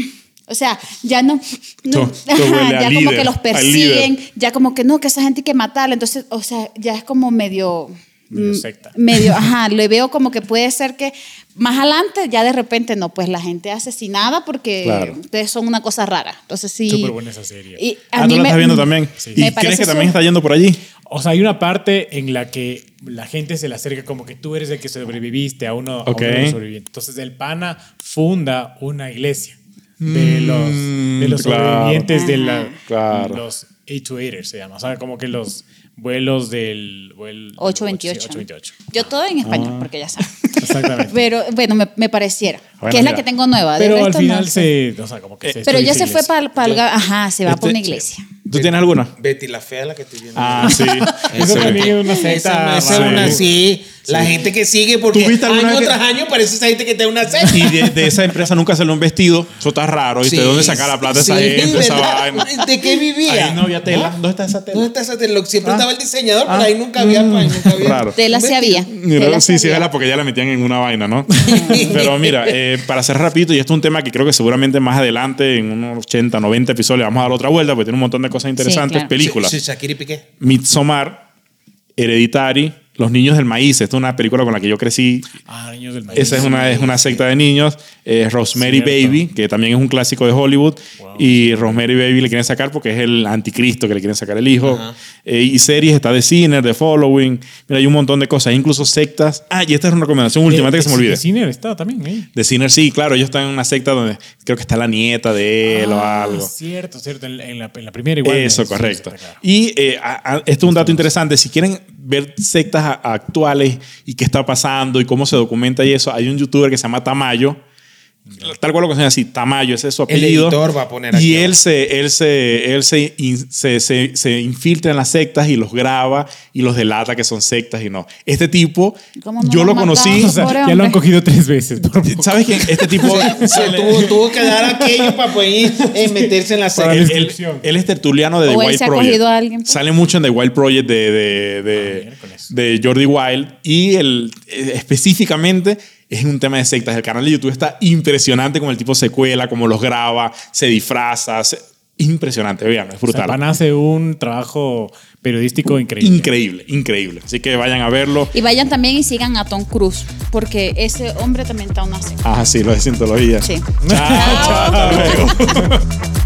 Speaker 4: o sea, ya no,
Speaker 3: Tú huele
Speaker 4: ya
Speaker 3: al
Speaker 4: como
Speaker 3: líder,
Speaker 4: que los
Speaker 3: al
Speaker 4: persiguen,
Speaker 3: líder.
Speaker 4: ya como que no, que esa gente hay que matarla. Entonces, o sea, ya es como medio
Speaker 1: secta.
Speaker 4: le veo como que puede ser que más adelante ya de repente no, pues la gente asesinada porque
Speaker 3: Claro.
Speaker 4: ustedes son una cosa rara. Entonces sí.
Speaker 1: Súper buena esa serie.
Speaker 4: Y
Speaker 3: Ah, tú la estás viendo también.
Speaker 1: Sí.
Speaker 3: ¿Y
Speaker 4: me
Speaker 3: crees
Speaker 4: parece
Speaker 3: que también
Speaker 4: su-
Speaker 3: está yendo por allí?
Speaker 1: O sea, hay una parte en la que la gente se le acerca como que tú eres el que sobreviviste a uno,
Speaker 3: Ok.
Speaker 1: de los sobrevivientes. Entonces el pana funda una iglesia de los
Speaker 3: claro.
Speaker 1: sobrevivientes de
Speaker 3: Claro.
Speaker 1: los A280 se llama. O sea, como que los vuelos del
Speaker 4: 828.
Speaker 1: 828.
Speaker 4: Yo todo en
Speaker 3: Ah.
Speaker 4: español, porque ya sabes.
Speaker 1: Exactamente.
Speaker 4: Pero bueno, me pareciera.
Speaker 3: Bueno,
Speaker 4: que es la
Speaker 3: mira.
Speaker 4: que tengo nueva. de
Speaker 1: Pero al
Speaker 4: resto,
Speaker 1: final
Speaker 4: no sé.
Speaker 1: o sea, como que se
Speaker 4: Pero ya
Speaker 1: destruye
Speaker 4: se fue
Speaker 1: esa
Speaker 4: para ajá, se va para una iglesia.
Speaker 3: ¿Tú tienes alguna?
Speaker 2: Betty la fea, la que estoy viendo.
Speaker 3: Ah, sí.
Speaker 1: Eso también es una secta.
Speaker 2: Esa es una sí. La gente que sigue, porque
Speaker 3: ¿Tú viste alguna
Speaker 2: año
Speaker 3: vez que-
Speaker 2: tras año parece esa gente que tiene una secta.
Speaker 3: Y de esa empresa nunca salió un vestido. Eso está raro. ¿Y
Speaker 2: Sí,
Speaker 3: de dónde saca la plata esa
Speaker 2: sí,
Speaker 3: gente, esa
Speaker 2: ¿verdad?
Speaker 3: vaina?
Speaker 2: ¿De qué vivía?
Speaker 3: Ahí no había tela. ¿Dónde está esa
Speaker 2: ¿Dónde
Speaker 3: tela?
Speaker 2: está esa tela? Siempre estaba el diseñador,
Speaker 3: Ah.
Speaker 2: pero ahí nunca había. Nunca había
Speaker 3: Raro.
Speaker 4: Tela sí había.
Speaker 3: Mira,
Speaker 4: Tela
Speaker 3: sí, sí,
Speaker 4: había.
Speaker 3: ¿verdad? Porque ya la metían en una vaina, ¿no? Pero mira, para cerrar rapidito, y esto es un tema que creo que seguramente más adelante, en unos 80, 90 episodios, le vamos a dar otra vuelta, porque tiene un montón de cosas interesantes.
Speaker 4: claro.
Speaker 3: Películas.
Speaker 2: Sí, Shakira y Piqué.
Speaker 3: Midsommar, Hereditary, Los Niños del Maíz. Esta es una película con la que yo crecí.
Speaker 1: Ah, Niños del Maíz.
Speaker 3: Esa es una secta de niños. Rosemary
Speaker 1: Cierto.
Speaker 3: Baby, que también es un clásico de Hollywood.
Speaker 1: Wow.
Speaker 3: Y Rosemary Baby le quieren sacar porque es el anticristo que le quieren sacar el hijo.
Speaker 2: Ajá.
Speaker 3: Y series, está The Sinner, The Following. Mira, hay un montón de cosas, incluso sectas. Ah, y esta es una recomendación última antes que se me olvide.
Speaker 1: Cine está también ahí.
Speaker 3: The Sinner, sí, claro, ellos están en una secta donde creo que está la nieta de él o algo.
Speaker 1: Cierto. En la primera igual.
Speaker 3: Eso,
Speaker 1: Sí,
Speaker 3: correcto.
Speaker 1: está claro.
Speaker 3: Y esto es un dato interesante. Si quieren ver sectas actuales y qué está pasando y cómo se documenta y eso, hay un youtuber que se llama Tamayo. Tal cual lo conocen así, Tamayo, ese es su
Speaker 2: El
Speaker 3: apellido.
Speaker 2: editor va a poner
Speaker 3: y
Speaker 2: aquí
Speaker 3: él se infiltra en las sectas y los graba y los delata que son sectas y no. Este tipo,
Speaker 4: ¿Cómo no
Speaker 3: yo lo
Speaker 4: lo han
Speaker 3: conocí.
Speaker 4: matado?
Speaker 1: O sea,
Speaker 4: Pobre
Speaker 1: ya lo han
Speaker 4: hombre.
Speaker 1: cogido 3 veces. por poco.
Speaker 3: ¿Sabes quién? Este tipo.
Speaker 2: Tuvo que dar aquello para poder meterse en la
Speaker 1: Para
Speaker 2: secta.
Speaker 1: la
Speaker 3: Él,
Speaker 1: descripción.
Speaker 3: él es tertuliano de The
Speaker 4: O él
Speaker 3: Wild
Speaker 4: se ha
Speaker 3: Project.
Speaker 4: cogido a alguien, pues.
Speaker 3: Sale mucho en The Wild Project
Speaker 1: miércoles.
Speaker 3: de Jordi Wild. Y específicamente es un tema de sectas. El canal de YouTube está impresionante como el tipo se cuela, como los graba, se disfraza. Impresionante, vean, es
Speaker 1: O sea,
Speaker 3: brutal.
Speaker 1: Pan hace un trabajo periodístico increíble.
Speaker 3: Increíble, increíble. Así que vayan a verlo.
Speaker 4: Y vayan también y sigan a Tom Cruise, porque ese hombre también está una secta.
Speaker 3: Ah, sí, lo de Cientología.
Speaker 4: Sí.
Speaker 3: Chao, chao, hasta luego.